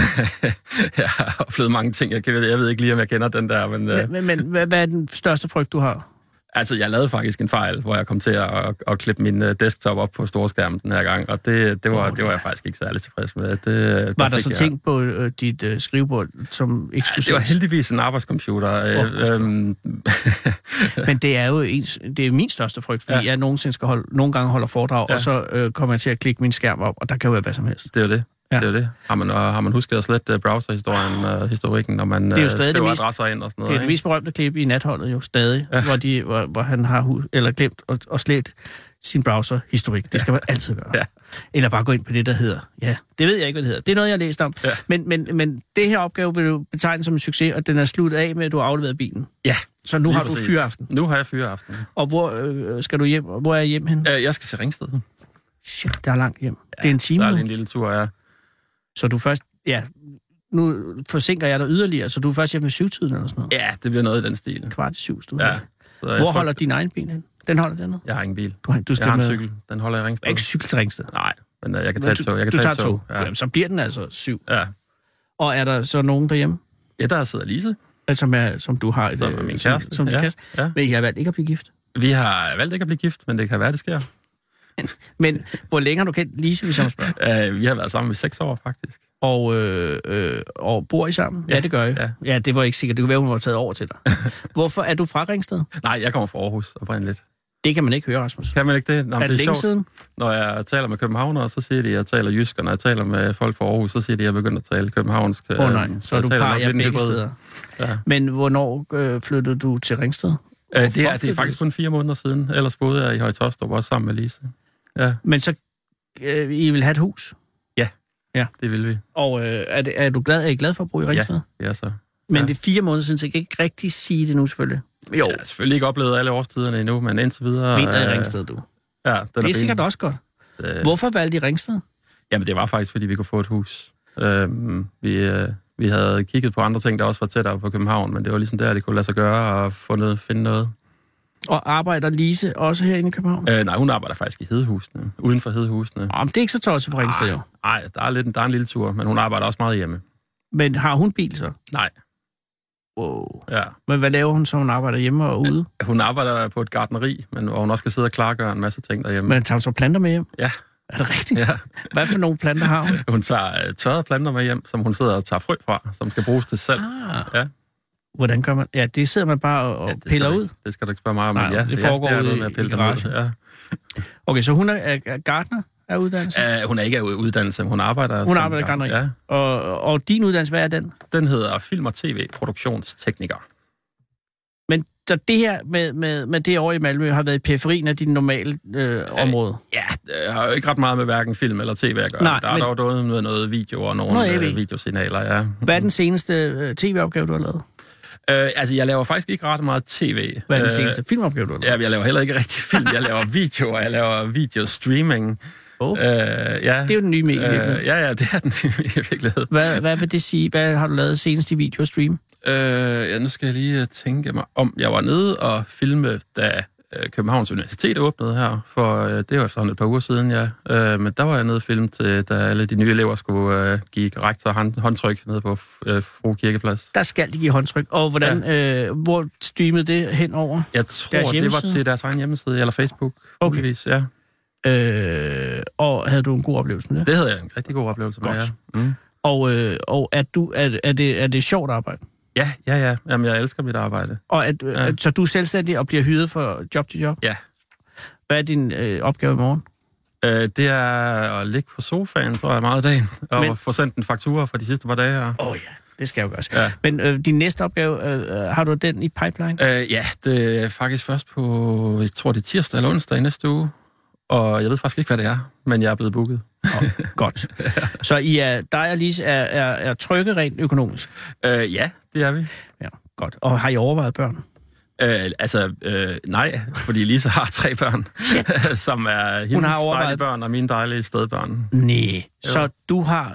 Jeg har oplevet mange ting. Jeg ved ikke lige, om jeg kender den der, men... Men hvad er den største frygt, du har? Altså, jeg lavede faktisk en fejl, hvor jeg kom til at klippe min desktop op på storskærmen den her gang, og det var jeg faktisk ikke særlig tilfreds med. Var der så ting på dit skrivebord, som ikke skulle det var heldigvis en arbejdscomputer. Men det er jo det er min største frygt, fordi jeg nogle gange holder foredrag, og så kommer jeg til at klikke min skærm op, og der kan jo være hvad som helst. Det er jo det. Ja. Det er jo det. Har man husket at slette browserhistorien, historikken, når man skriver adresser ind og sådan noget? Det er det mest berømte klip i Natholdet jo stadig, hvor han har glemt at slette sin browserhistorik. Det skal man altid gøre. Ja. Eller bare gå ind på det, der hedder. Ja, det ved jeg ikke, hvad det hedder. Det er noget, jeg har læst om. Ja. Men det her opgave vil du betegne som en succes, og den er sluttet af med, at du har afleveret bilen. Ja. Så nu har du fyraften. Nu har jeg fyraften. Og hvor skal du hjem? Hvor er jeg hjem hen? Jeg skal til Ringsted. Shit, der er langt hjem. Ja, det er en time. Der er en lille tur, ja. Så du først, nu forsinker jeg dig yderligere, så du er først hjemme ved 7-tiden eller sådan noget? Ja, det bliver noget i den stil. 6:15, du ja. Hvor holder din egen bil hen? Den holder dernede? Jeg har ingen bil. Du skal jeg har en cykel. Den holder i Ringsted. Ikke cykel til Ringsted? Nej, men jeg kan tage et tog. Du tager tog? Ja. Jamen, så bliver den altså 7. Ja. Og er der så nogen derhjemme? Ja, der sidder Lise. Som du har min kæreste. Som din kæreste. Ja. Men I har valgt ikke at blive gift? Vi har valgt ikke at blive gift, men det kan være, det sker. Men hvor længe har du kendt Lise, hvis jeg spørger? Vi har været sammen i 6 år, faktisk. Og bor I sammen? Ja, det gør I. Ja, det var ikke sikkert. Det kunne være, hun var taget over til dig. Hvorfor er du fra Ringsted? Nej, jeg kommer fra Aarhus oprindeligt. Det kan man ikke høre, Rasmus. Kan man ikke det? Nå, er det længe siden? Når jeg taler med københavnere, så siger de, at jeg taler jysk, og når jeg taler med folk fra Aarhus, så siger de, at jeg begynder at tale københavnsk. Nej, så er du par begge steder. Ja. Men hvornår flyttede du til Ringsted? Det er faktisk kun 4 måneder siden. Ellers boede jeg i Høje Taastrup, også sammen med Lise. Ja. Men så I vil have et hus? Ja, det vil vi. Og er I glad for at bo i Ringsted? Ja, så. Men det er 4 måneder siden, så jeg kan ikke rigtig sige det nu, selvfølgelig. Jo. Jeg har selvfølgelig ikke oplevet alle årstiderne endnu, men indtil videre... Vinter i Ringsted, du. Ja, det er sikkert også godt. Hvorfor valgte I Ringsted? Jamen, det var faktisk, fordi vi kunne få et hus. Vi havde kigget på andre ting, der også var tættere på København, men det var ligesom der, det kunne lade sig gøre og finde noget. Og arbejder Lise også herinde i København? Nej, hun arbejder faktisk i Hedehusene, uden for Hedehusene. Men det er ikke så tosset for Ringsted, jo. Nej, der er en lille tur, men hun arbejder også meget hjemme. Men har hun bil så? Nej. Wow. Ja. Men hvad laver hun så, hun arbejder hjemme og ude? Hun arbejder på et gartneri, men hvor hun også skal sidde og klargøre en masse ting derhjemme. Men tager hun så planter med hjem? Ja. Er det rigtigt? Ja. Hvad for nogle planter har hun? Hun tager tørrede planter med hjem, som hun sidder og tager frø fra, som skal bruges til salg. Ja. Hvordan gør man? Ja, det sidder man bare og piller ud? Det skal du ikke spørge mig om. Nej, ja, det foregår ude med at pille garage. Ja. Okay, så hun er gartner af uddannelse? Hun er ikke af uddannelse, hun arbejder... Hun arbejder i gartneri? Ja. Og din uddannelse, hvad er den? Den hedder Film- og TV-produktionstekniker. Men så det her med det år i Malmø har været i periferien af din normale område? Ja, det har jo ikke ret meget med hverken film eller tv at gøre. Nej, der er dog noget video og nogle videosignaler, ja. Hvad er den seneste tv-opgave, du har lavet? Jeg laver faktisk ikke ret meget tv. Hvad er den seneste filmopgave, du har lavet? Ja, jeg laver heller ikke rigtig film. Jeg laver video, og jeg laver videostreaming. Det er jo den nye medievirkelighed. Ja, det er den nye medievirkelighed. Hvad vil det sige? Hvad har du lavet senest i video og stream? Nu skal jeg lige tænke mig om. Jeg var nede og filme, da Københavns Universitet åbnede her, for det var efterhånden et par uger siden, ja. Men der var jeg nede og filme til, da alle de nye elever skulle give rektor håndtryk nede på Fru Kirkeplads. Der skal de give håndtryk. Og hvordan, hvor streamede det henover? Jeg tror, det var til deres egen hjemmeside, eller Facebook. Okay. Muligvis, ja. Og havde du en god oplevelse med det? Det havde jeg en rigtig god oplevelse med, ja. Og er det sjovt arbejde? Ja. Jamen, jeg elsker mit arbejde. Og så du er selvstændig og bliver hyret fra job til job? Ja. Hvad er din opgave i morgen? Det er at ligge på sofaen, tror jeg, meget af dagen, og få sendt en faktura for de sidste par dage. Ja, det skal jo gøres. Ja. Men din næste opgave, har du den i pipeline? Ja, det er faktisk først på, jeg tror, det er tirsdag eller onsdag i næste uge. Og jeg ved faktisk ikke, hvad det er, men jeg er blevet booket. Godt. Så dig og Lise er trygge rent økonomisk? Ja, det er vi. Ja, godt. Og har I overvejet børn? Nej, fordi Lise har 3 børn, som er hendes dejlige børn og mine dejlige stedbørn. Nej, så du har,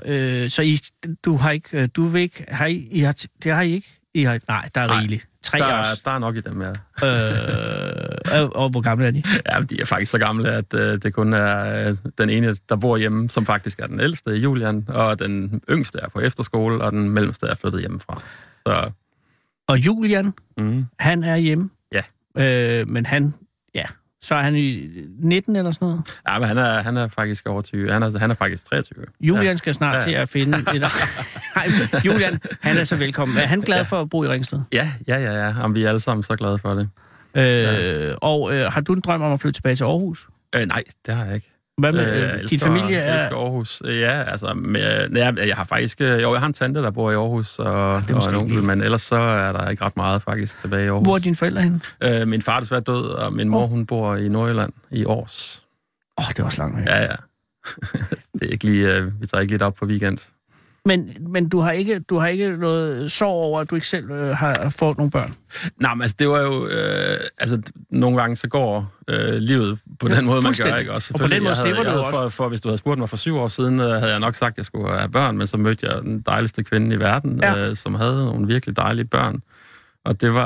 det har I ikke? Nej, der er rigeligt. 3 også. Der er nok i dem, ja. Og hvor gamle er de? Ja, de er faktisk så gamle, at det kun er den ene, der bor hjemme, som faktisk er den ældste, Julian, og den yngste er på efterskole, og den mellemste er flyttet hjemmefra. Så. Og Julian, han er hjemme? Ja. Men han, så er han i 19 eller sådan noget? Ja, men han er faktisk over 20. Han er faktisk 23. Julian skal snart til at finde et... Nej, Julian, han er så velkommen. Er han glad for at bo i Ringsted? Ja. Jamen, vi er alle sammen så glade for det. Og har du en drøm om at flytte tilbage til Aarhus? Nej, det har jeg ikke. Hvad med din familie? Jeg elsker Aarhus. Ja, altså... jeg har faktisk... jeg har en tante, der bor i Aarhus, og en onkel, men ellers så er der ikke ret meget faktisk tilbage i Aarhus. Hvor er dine forældre henne? Min far er desværre død, og min mor, hun bor i Nordjylland i Aars. Det er også langt væk. Ja. Det er ikke lige... vi tager ikke lidt op på weekend. Men du har ikke noget sorg over, at du ikke selv har fået nogle børn? Nej, men altså, det var jo... nogle gange så går livet på den måde, man gør, ikke? Også, og på den måde slipper du også. For hvis du havde spurgt mig for 7 år siden, havde jeg nok sagt, at jeg skulle have børn, men så mødte jeg den dejligste kvinde i verden, som havde nogle virkelig dejlige børn. Og det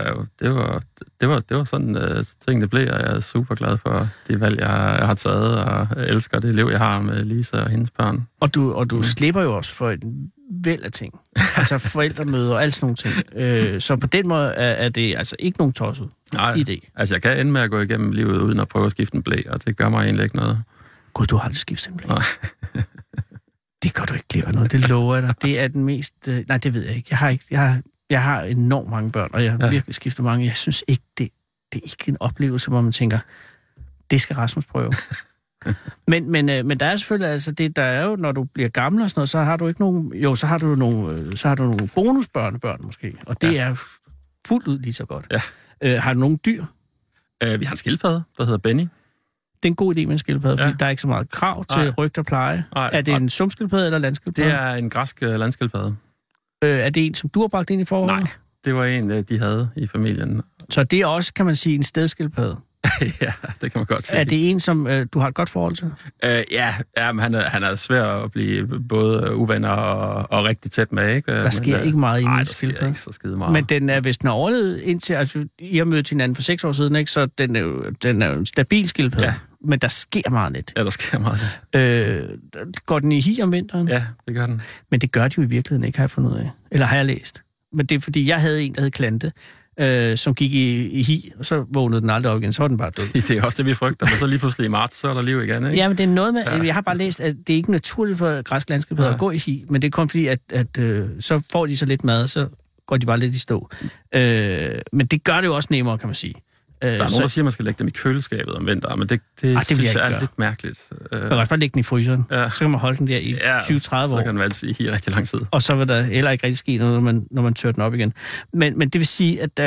var sådan, tingene blev, og jeg er super glad for de valg, jeg har taget, og jeg elsker det liv, jeg har med Lisa og hendes børn. Og du slipper jo også for en væld af ting. Altså forældremøder og alt sådan nogle ting. Så på den måde er det altså ikke nogen tosset idé. Altså jeg kan ende med at gå igennem livet uden at prøve at skifte en blæ, og det gør mig egentlig ikke noget. Gud, du har aldrig skiftet en blæ. Nej. Det gør du ikke glip af noget, det lover jeg dig. Det er den mest... Nej, det ved jeg ikke. Jeg har enormt mange børn, og jeg har virkelig skiftet mange. Jeg synes ikke, det det er ikke en oplevelse, hvor man tænker, det skal Rasmus prøve. men der er selvfølgelig, altså det, der er jo, når du bliver gammel og sådan noget, så har du ikke nogen, jo, så har du nogle bonusbørnebørn måske, og det er fuldt ud lige så godt. Ja. Har du nogle dyr? Vi har en skildpadde, der hedder Benny. Det er en god idé med en skildpadde, fordi der er ikke så meget krav til rygt og pleje. Er det en sumpskildpadde eller landskildpadde? Det er en græsk landskildpadde. Er det en, som du har bragt ind i forholdet? Nej, det var en, de havde i familien. Så det er også, kan man sige, en stedskildpadde? Ja, det kan man godt sige. Er det en, som du har et godt forhold til? Ja, men han er svær at blive både uvenner og rigtig tæt med, ikke? Der sker ikke meget i en skildpadde. Nej, der sker ikke så skide meget. Men den er, hvis den er overlevet indtil... Altså, I har mødt hinanden for 6 år siden, ikke? Så den er jo en stabil skildpadde. Ja. Men der sker meget lidt. Ja, der sker meget lidt. Går den i hi om vinteren? Ja, det gør den. Men det gør de jo i virkeligheden ikke, har jeg fundet ud af. Eller har jeg læst. Men det er, fordi jeg havde en, der hed Klante, som gik i hi, og så vågnede den aldrig op igen, så var den bare død. Det er også det, vi frygter, men så lige pludselig i marts, så er der liv igen, ikke? Ja, men det er noget med, jeg har bare læst, at det er ikke naturligt for græsk landskildpadder at gå i hi, men det er kun fordi, at så får de så lidt mad, så går de bare lidt i stå. Men det gør det jo også nemmere, kan man sige. Der er nogen, der siger, at man skal lægge dem i køleskabet om vinteren, men det synes jeg er lidt mærkeligt. Man kan også bare lægge den i fryseren, så kan man holde den der i 20-30 år. Så kan den vel sige i rigtig lang tid. Og så vil der heller ikke rigtig ske noget, når man tør den op igen. Men det vil sige, at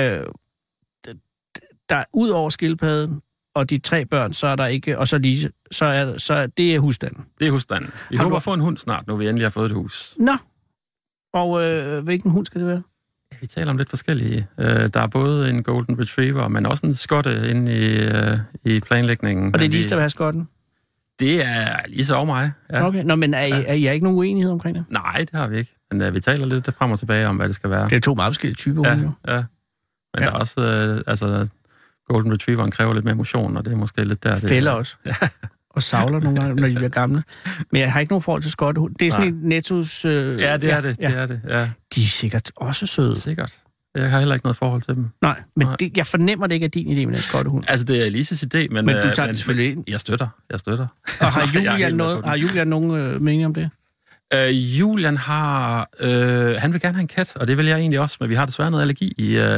der ud over skildpadden og de 3 børn, så er der ikke, og så Lise, så det er husstanden. Det er husstanden. Vi håber at få en hund snart, når vi endelig har fået et hus. Nå, og hvilken hund skal det være? Vi taler om lidt forskellige. Der er både en golden retriever, men også en skotte inde i planlægningen. Og det er Lise, der vil have skotten? Det er Lise og mig, ja. Okay, nå, men er I ikke nogen uenighed omkring det? Nej, det har vi ikke. Men vi taler lidt frem og tilbage om, hvad det skal være. Det er 2 meget forskellige typer hunde, jo. Ja. Men der er også, golden retrieveren kræver lidt mere motion, og det er måske lidt der... Fælder også. Ja. Og savler nogle gange, når de bliver gamle. Men jeg har ikke nogen forhold til skottehund. Det er sådan en Nettos... Ja, det er det. Ja. De er sikkert også søde. Sikkert. Jeg har heller ikke noget forhold til dem. Nej, men jeg fornemmer det ikke er din idé med den skottehund. Altså, det er Lises idé, men... Men du tager det selvfølgelig ind. Jeg støtter. Og har Julian nogen mening om det? Julian har... han vil gerne have en kat, og det vil jeg egentlig også, men vi har desværre noget allergi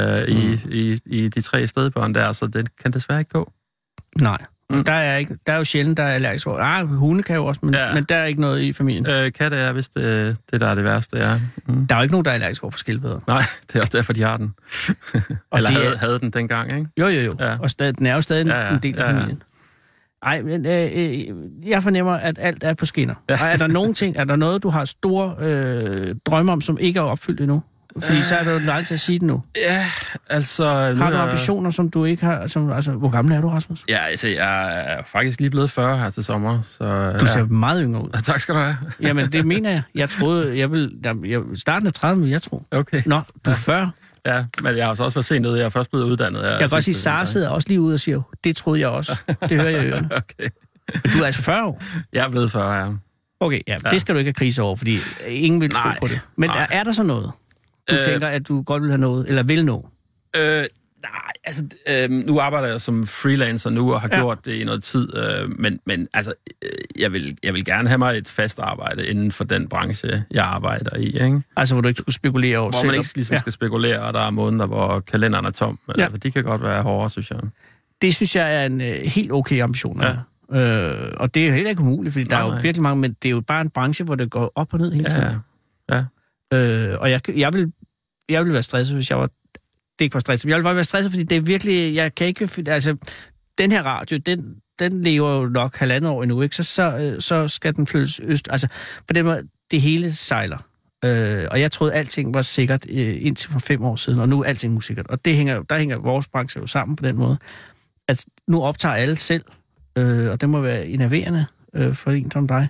i de 3 stedbørn der, så det kan desværre ikke gå. Nej. Der er jo sjældent, der er allergisk over. Hunde kan jo også, men der er ikke noget i familien. Katte er vist det, der er det værste, ja. Der er jo ikke nogen, der er allergisk over for skildpadder. Nej, det er også derfor, de har den. Eller havde den dengang, ikke? Jo. Ja. Og den er jo stadig en del af familien. Nej, men jeg fornemmer, at alt er på skinner. Ja. Og er der noget, du har store drømme om, som ikke er opfyldt endnu? Fordi så er der jo lejligt til at sige det nu. Ja, altså... Har du ambitioner, som du ikke har... Altså, hvor gammel er du, Rasmus? Ja, altså, jeg er faktisk lige blevet 40 her til sommer, så... Du ser meget yngre ud. Tak skal du have. Jamen, det mener jeg. Jeg troede, starten af 30, vil jeg tro. Okay. Nå, du er 40. Ja, men jeg har også været sent ude. Jeg er først blevet uddannet. Jeg kan godt sige, Sara sidder også lige ude og siger, det troede jeg også. Det hører jeg i ørerne. Okay. Men du er altså 40 år? Jeg er blevet 40, ja. Okay, ja, det skal du ikke have krise over, fordi ingen vil tro på det. Men er der så noget, du tænker, at du godt vil have noget, eller vil nå? Nej, altså, nu arbejder jeg som freelancer nu, og har gjort det i noget tid, men altså, jeg vil gerne have mig et fast arbejde inden for den branche, jeg arbejder i, ikke? Altså, hvor du ikke skulle spekulere over hvor man ikke ligesom skal spekulere, og der er måneder, hvor kalenderen er tom. For de kan godt være hårdere, synes jeg. Det synes jeg er en helt okay ambition. Ja. Og det er jo heller ikke umuligt, fordi der er jo virkelig mange, men det er jo bare en branche, hvor det går op og ned hele tiden. Ja. Og jeg vil være stresset, hvis jeg var... Det er ikke for stresset. Jeg vil bare være stresset, fordi det er virkelig... Jeg kan ikke... Altså, den her radio, den lever jo nok 1,5 år endnu, ikke? Så skal den flyttes øst. Altså, på den måde, det hele sejler. Og jeg troede, alting var sikkert indtil for 5 år siden, og nu er alting usikkert. Og der hænger vores branche jo sammen på den måde, at nu optager alle selv, og det må være enerverende for en som dig,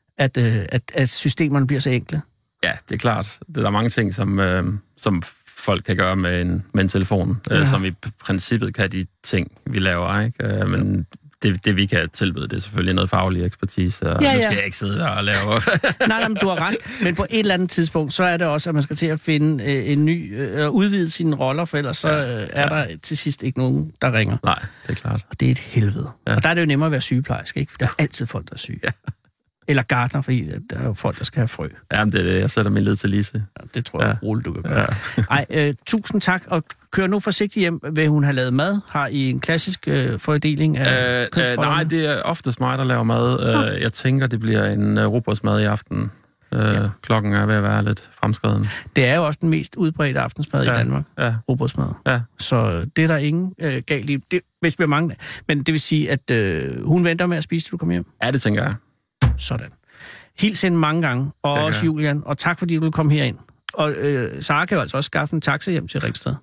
at systemerne bliver så enkle. Ja, det er klart. Der er mange ting, som folk kan gøre med en telefon, som i princippet kan de ting, vi laver, ikke? Men det vi kan tilbyde, det er selvfølgelig noget faglig ekspertise, og nu skal jeg ikke sidde og lave... nej, men du har ret. Men på et eller andet tidspunkt, så er det også, at man skal til at finde en ny, udvide sine roller, for ellers så er der til sidst ikke nogen, der ringer. Nej, det er klart. Og det er et helvede. Ja. Og der er det jo nemmere at være sygeplejerske, ikke? For der er altid folk, der er syge. Ja. Eller gartner, fordi der er jo folk, der skal have frø. Jamen, det er det. Jeg sætter min lid til Lise. Ja, det tror jeg roligt, du kan gøre. Ja. Tusind tak, og kør nu forsigtigt hjem. Vil hun have lavet mad? Har I en klassisk fordeling af kønsrollerne? Nej, det er oftest mig, der laver mad. Jeg tænker, det bliver en rugbrødsmad i aften. Klokken er ved at være lidt fremskreden. Det er jo også den mest udbredte aftensmad i Danmark. Ja. Rugbrødsmad. Ja. Så det er der ingen galt i. Det, hvis vi har mange. Men det vil sige, at hun venter med at spise, til du kommer hjem? Ja, det tænker jeg. Sådan. Hils hende mange gange, og også Julian, og tak fordi du vil komme herind. Og Sara kan jo altså også skaffe en taxa hjem til Ringsted.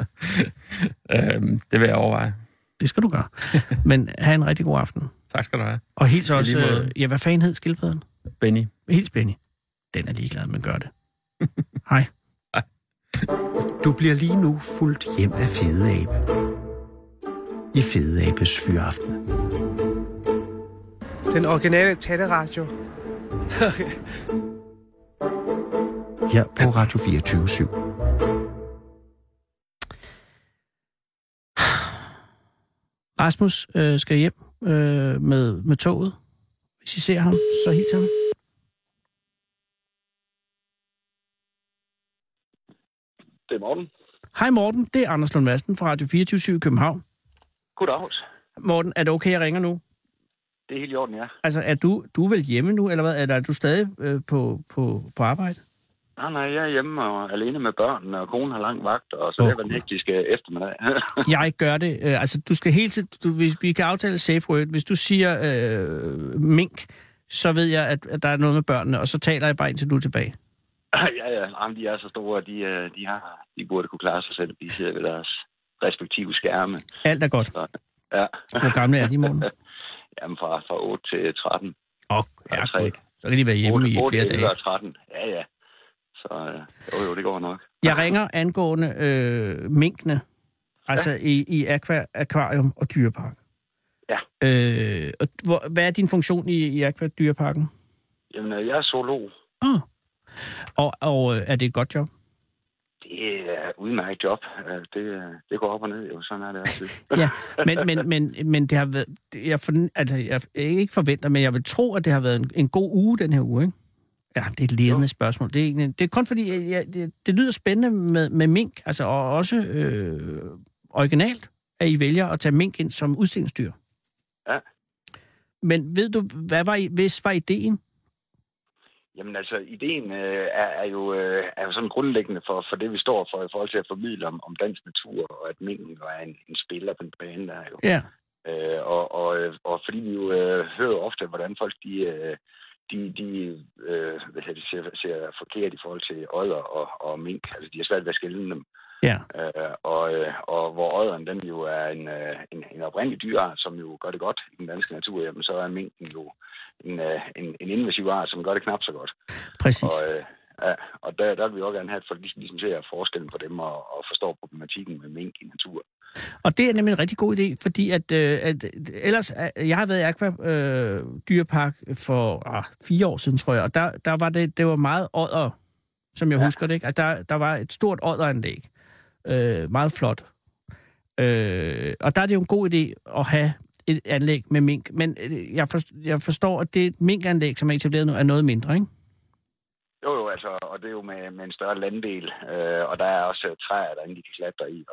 Det vil jeg overveje. Det skal du gøre. Men have en rigtig god aften. Tak skal du have. Og hils også, hvad fanden hed skildpadden? Benny. Hils Benny. Den er ligeglad, men gør det. Hej. Hej. Du bliver lige nu fuldt hjem af Fede Abe. I Fede Abes Fyraften. Den originale taleradio. Okay. Her på Radio 24/7. Rasmus skal hjem med toget. Hvis I ser ham, så hils ham. Det er Morten. Hej Morten, det er Anders Lund Madsen fra Radio 24/7 i København. Goddag. Morten, er det okay, jeg ringer nu? Det er helt i orden, ja. Altså, er du vel hjemme nu, eller hvad? Eller er du stadig på arbejde? Nej, jeg er hjemme og alene med børnene, og konen har lang vagt, og så det var en hektisk eftermiddag. Jeg gør det. Altså, du skal hele tiden... Vi kan aftale safe word. Hvis du siger mink, så ved jeg, at der er noget med børnene, og så taler jeg bare indtil du er tilbage. Ja. Jamen, de er så store, de burde kunne klare sig selv, de sidder ved deres respektive skærme. Alt er godt. Så, ja. Hvor gamle er de, Morten? Jamen, fra 8 til 13. Så kan de være hjemme 8, i flere dage. 8 til 13, ja. Så jo, det går nok. Jeg ringer angående minkene, altså i akvarium og dyrepark. Ja. Hvad er din funktion i dyreparken? Jamen, jeg er zoolog. Og er det et godt job? Det er et udmærket job. Det går op og ned, jo. Sådan er det altid. Ja, men det har været... Jeg ikke forventer, men jeg vil tro, at det har været en god uge den her uge, ikke? Ja, det er et ledende spørgsmål. Det er kun fordi, det lyder spændende med mink, altså, og også originalt, at I vælger at tage mink ind som udstillingsdyr. Ja. Men ved du, hvis var ideen? Jamen altså, ideen er jo sådan grundlæggende for det, vi står for i forhold til at formidle om dansk natur, og at minken er en spiller på en bane, der er jo. Ja. Og fordi vi jo hører ofte, hvordan folk de ser forkert i forhold til odder og mink. Altså, de har svært ved at skille dem. Ja. Og hvor odderen, den jo er en oprindelig dyreart, som jo gør det godt i den danske natur, jamen, så er minken jo en invasiv art, som gør det knap så godt. Præcis. Og der vil vi også gerne have, at folk ligesom ser forskellen på dem og forstår problematikken med mink i natur. Og det er nemlig en rigtig god idé, fordi at ellers, jeg har været i akvadyrepark for 4 år siden, tror jeg, og der var det var meget odder, som jeg husker det, ikke? Altså, der var et stort odderanlæg. Meget flot. Og der er det jo en god idé at have et anlæg med mink, men jeg forstår, at det minkanlæg, som er etableret nu, er noget mindre, ikke? Jo, altså, og det er jo med en større landdel, og der er også træer, der de kan klatre i,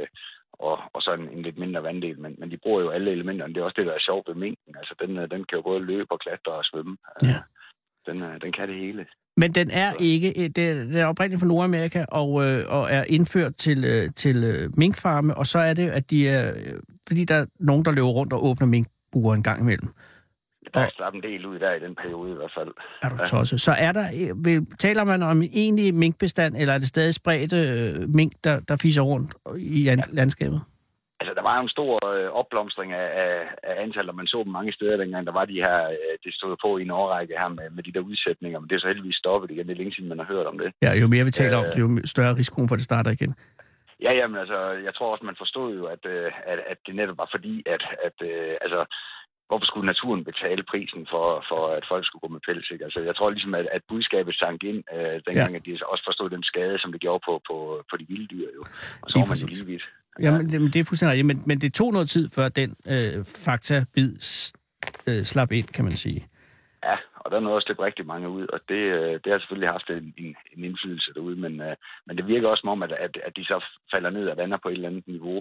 og så en lidt mindre vanddel, men de bruger jo alle elementerne. Det er også det, der er sjovt ved minken. Altså, den kan jo både løbe og klatre og svømme. Ja. Den kan det hele. Men den er ikke, den er oprindeligt fra Nordamerika og er indført til minkfarme, og så er det, at de er, fordi der er nogen, der løber rundt og åbner minkbuer en gang imellem. Der er slappet en del ud der i den periode i hvert fald. Er du tosset? Så taler man om en egentlig minkbestand, eller er det stadig spredte mink, der fiser rundt i landskabet? Altså, der var jo en stor opblomstring af antallet, man så dem mange steder dengang. Der var de her, det stod på i en årrække her med de der udsætninger, men det er så heldigvis stoppet igen. Det er længe siden, man har hørt om det. Ja, jo mere vi taler om det, jo større risikoen for, at det starter igen. Ja, jamen altså, jeg tror også, man forstod jo, at det netop var fordi, altså, hvorfor skulle naturen betale prisen for at folk skulle gå med pels, ikke? Altså, jeg tror ligesom, at budskabet sank ind, dengang, at de også forstod den skade, som det gjorde på de vilde dyr, jo. Og så var man lige vidt. Jamen, det er fuldstændig rigtigt, men det tog noget tid, før den fakta-bid slap ind, kan man sige. Ja, og der er noget også slippe rigtig mange ud, og det har selvfølgelig haft en indflydelse derude, men det virker også som om, at de så falder ned og vander på et eller andet niveau,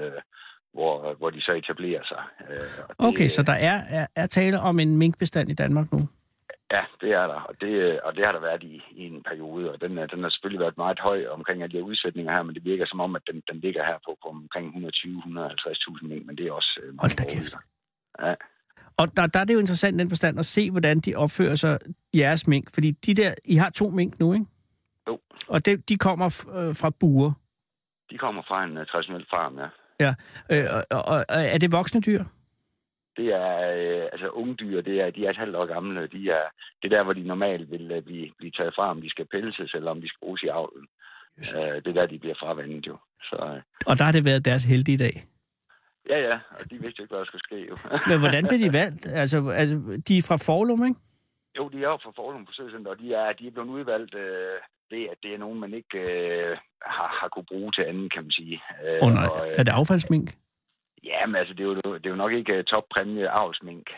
hvor de så etablerer sig. Okay, så der er tale om en minkbestand i Danmark nu? Ja, det er der, og det har der været i en periode, og den har selvfølgelig været meget høj omkring alle de her udsætninger her, men det virker som om, at den ligger her på omkring 120-150.000 mink, men det er også... Hold da kæft. Ja. Og der er det jo interessant den forstand at se, hvordan de opfører sig, jeres mink, fordi I har 2 mink nu, ikke? Jo. Og de kommer fra bure? De kommer fra en traditionel farm, ja. Ja, og er det voksne dyr? Det er unge dyr, de er et halvt år gamle. Det er der, hvor de normalt vil blive taget fra, om de skal pelses, eller om de skal bruges i avlen. Det er der, de bliver fravandet jo. Så, og der har det været deres heldige dag? Ja, og de vidste jo ikke, hvad der skulle ske jo. Men hvordan blev de valgt? Altså, de er fra Forlum, ikke? Jo, de er jo fra Forlum på Søcenter, og de er blevet udvalgt ved, at det er nogen, man ikke har kunne bruge til anden, kan man sige. Nej. Er det affaldsmink? Ja, men altså, det er jo nok ikke toppræmie avlsmink.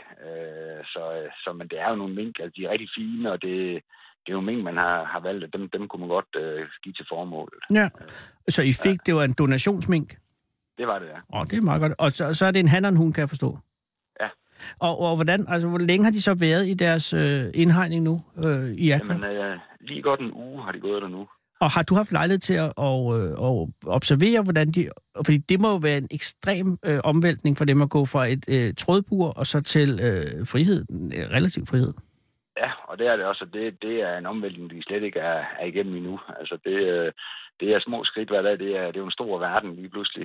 Men det er jo nogle mink, altså de er rigtig fine, og det er jo mink, man har valgt, at dem kunne man godt give til formålet. Ja, så I fik, det var en donationsmink? Det var det, ja. Det er meget godt. Og så er det en han og en hun, kan jeg forstå? Ja. Og hvor længe har de så været i deres indhegning nu i Aqua? Jamen, lige godt en uge har de gået der nu. Og har du haft lejlighed til at observere, hvordan de... Fordi det må jo være en ekstrem omvæltning for dem at gå fra et trådbur og så til frihed, relativ frihed. Ja, og det er det også. Det er en omvæltning, de slet ikke er igennem endnu. Altså, det er små skridt hver dag. Det er jo en stor verden lige pludselig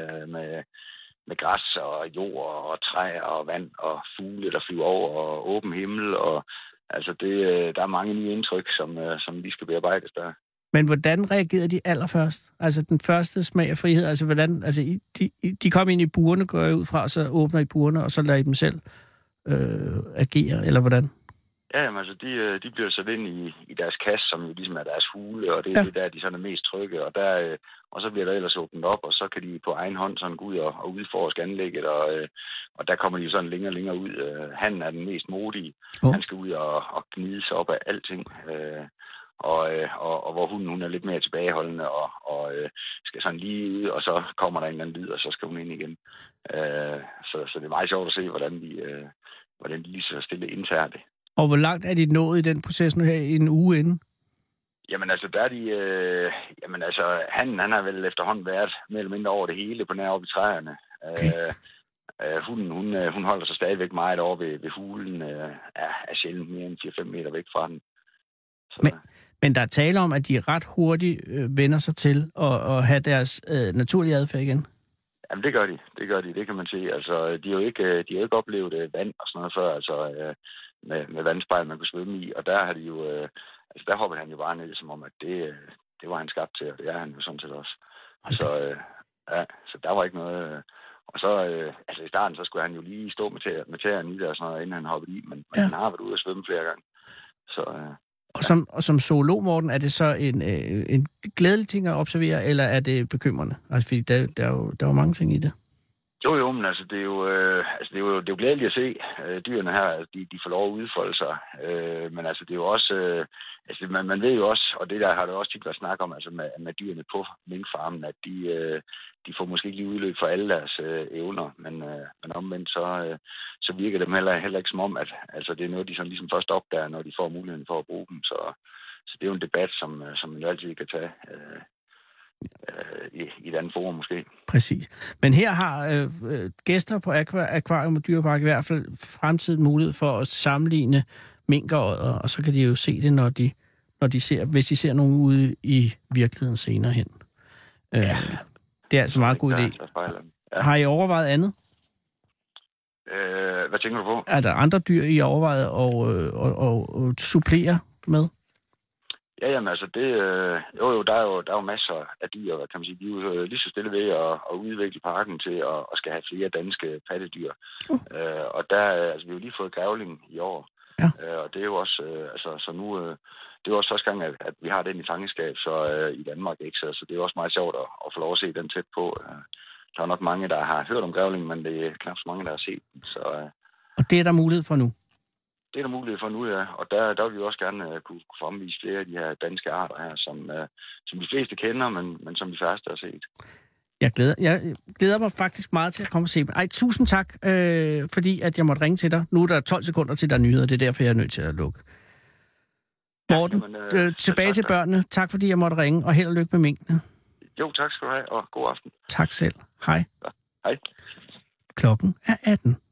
med græs og jord og træ og vand og fugle, der flyver over og åben himmel. Og, altså, der er mange nye indtryk, som de skal bearbejdes der. Men hvordan reagerede de allerførst? Altså den første smag af frihed, altså hvordan, altså de kom ind i burene, går jeg ud fra, så åbner I burene, og så lader I dem selv agere, eller hvordan? Ja, jamen, altså de bliver sat ind i deres kasse, som jo ligesom er deres hule, og det er det der, de sådan er mest trygge, og så bliver der ellers åbnet op, og så kan de på egen hånd sådan gå ud og udforske anlægget, og der kommer de jo sådan længere ud. Han er den mest modige. Han skal ud og gnide sig op af alting. Og hvor hun er lidt mere tilbageholdende og skal sådan lige ud, og så kommer der en eller anden lyd, og så skal hun ind igen. Så det er meget sjovt at se, hvordan de lige så stille indtager det. Og hvor langt er de nået i den proces nu her i en uge inden? Jamen altså, der er de... han har vel efterhånden været mere eller mindre over det hele på nær oppe i træerne. Okay. Hun holder sig stadigvæk meget over ved hulen, er sjældent mere end 4-5 meter væk fra den. Men der er tale om, at de ret hurtigt vender sig til at have deres naturlige adfærd igen? Jamen, det gør de. Det kan man se. Altså, de har jo ikke oplevet vand og sådan noget før, altså med vandspejl, man kunne svømme i. Og der har de jo... der hoppede han jo bare ned, som om, at det var han skabt til, og det er han jo sådan set også. Så der var ikke noget... Og så, i starten, så skulle han jo lige stå med tæerne i der og sådan noget, inden han hoppede i, men han har været ude at svømme flere gange. Så... Og som zoolog, Morten, er det så en glædelig ting at observere, eller er det bekymrende? Altså, fordi der er jo mange ting i det. Jo, men altså, det er jo glædeligt at se dyrene her, de får lov at udfolde sig. Men altså, det er jo også, man ved jo også, og det der har det også tit været snak om, altså med dyrene på minkfarmen, at de får måske ikke lige udløb for alle deres evner, men omvendt så virker det dem heller ikke som om, at altså, det er noget, de sådan ligesom først opdager, når de får muligheden for at bruge dem. Så det er jo en debat, som man jo altid kan tage i et andet forum måske. Præcis. Men her har gæster på Akvarium og Dyrepark i hvert fald fremtiden mulighed for at sammenligne mink og odder, og så kan de jo se det, når de ser, hvis de ser nogen ude i virkeligheden senere hen. Det er altså en meget god idé. Ja. Har I overvejet andet? Hvad tænker du på? Er der andre dyr, I har overvejet at supplere med? Ja, jamen altså det... der er jo masser af dyr, kan man sige. De er jo lige så stille ved at udvikle parken til at skal have flere danske pattedyr. Og der vi har jo lige fået grævling i år. Ja. Og det er jo også... så nu... det er jo også første gang, at vi har den i fangeskab i Danmark, ikke? Så det er jo også meget sjovt at få lov at se den tæt på. Der er nok mange, der har hørt om grævling, men det er knap så mange, der har set den. Så, og det er der mulighed for nu? det er der mulighed for nu, ja. Og der vil vi også gerne kunne fremvise flere af de her danske arter her, som de fleste kender, men som de færreste har set. Jeg glæder mig faktisk meget til at komme og se dem. Tusind tak, fordi at jeg måtte ringe til dig. Nu er der 12 sekunder til, der er nyheder. Det er derfor, jeg er nødt til at lukke. Morten, tilbage til børnene. Tak, fordi jeg måtte ringe, og held og lykke med minkene. Jo, tak skal du have, og god aften. Tak selv. Hej. Ja, hej. Klokken er 18.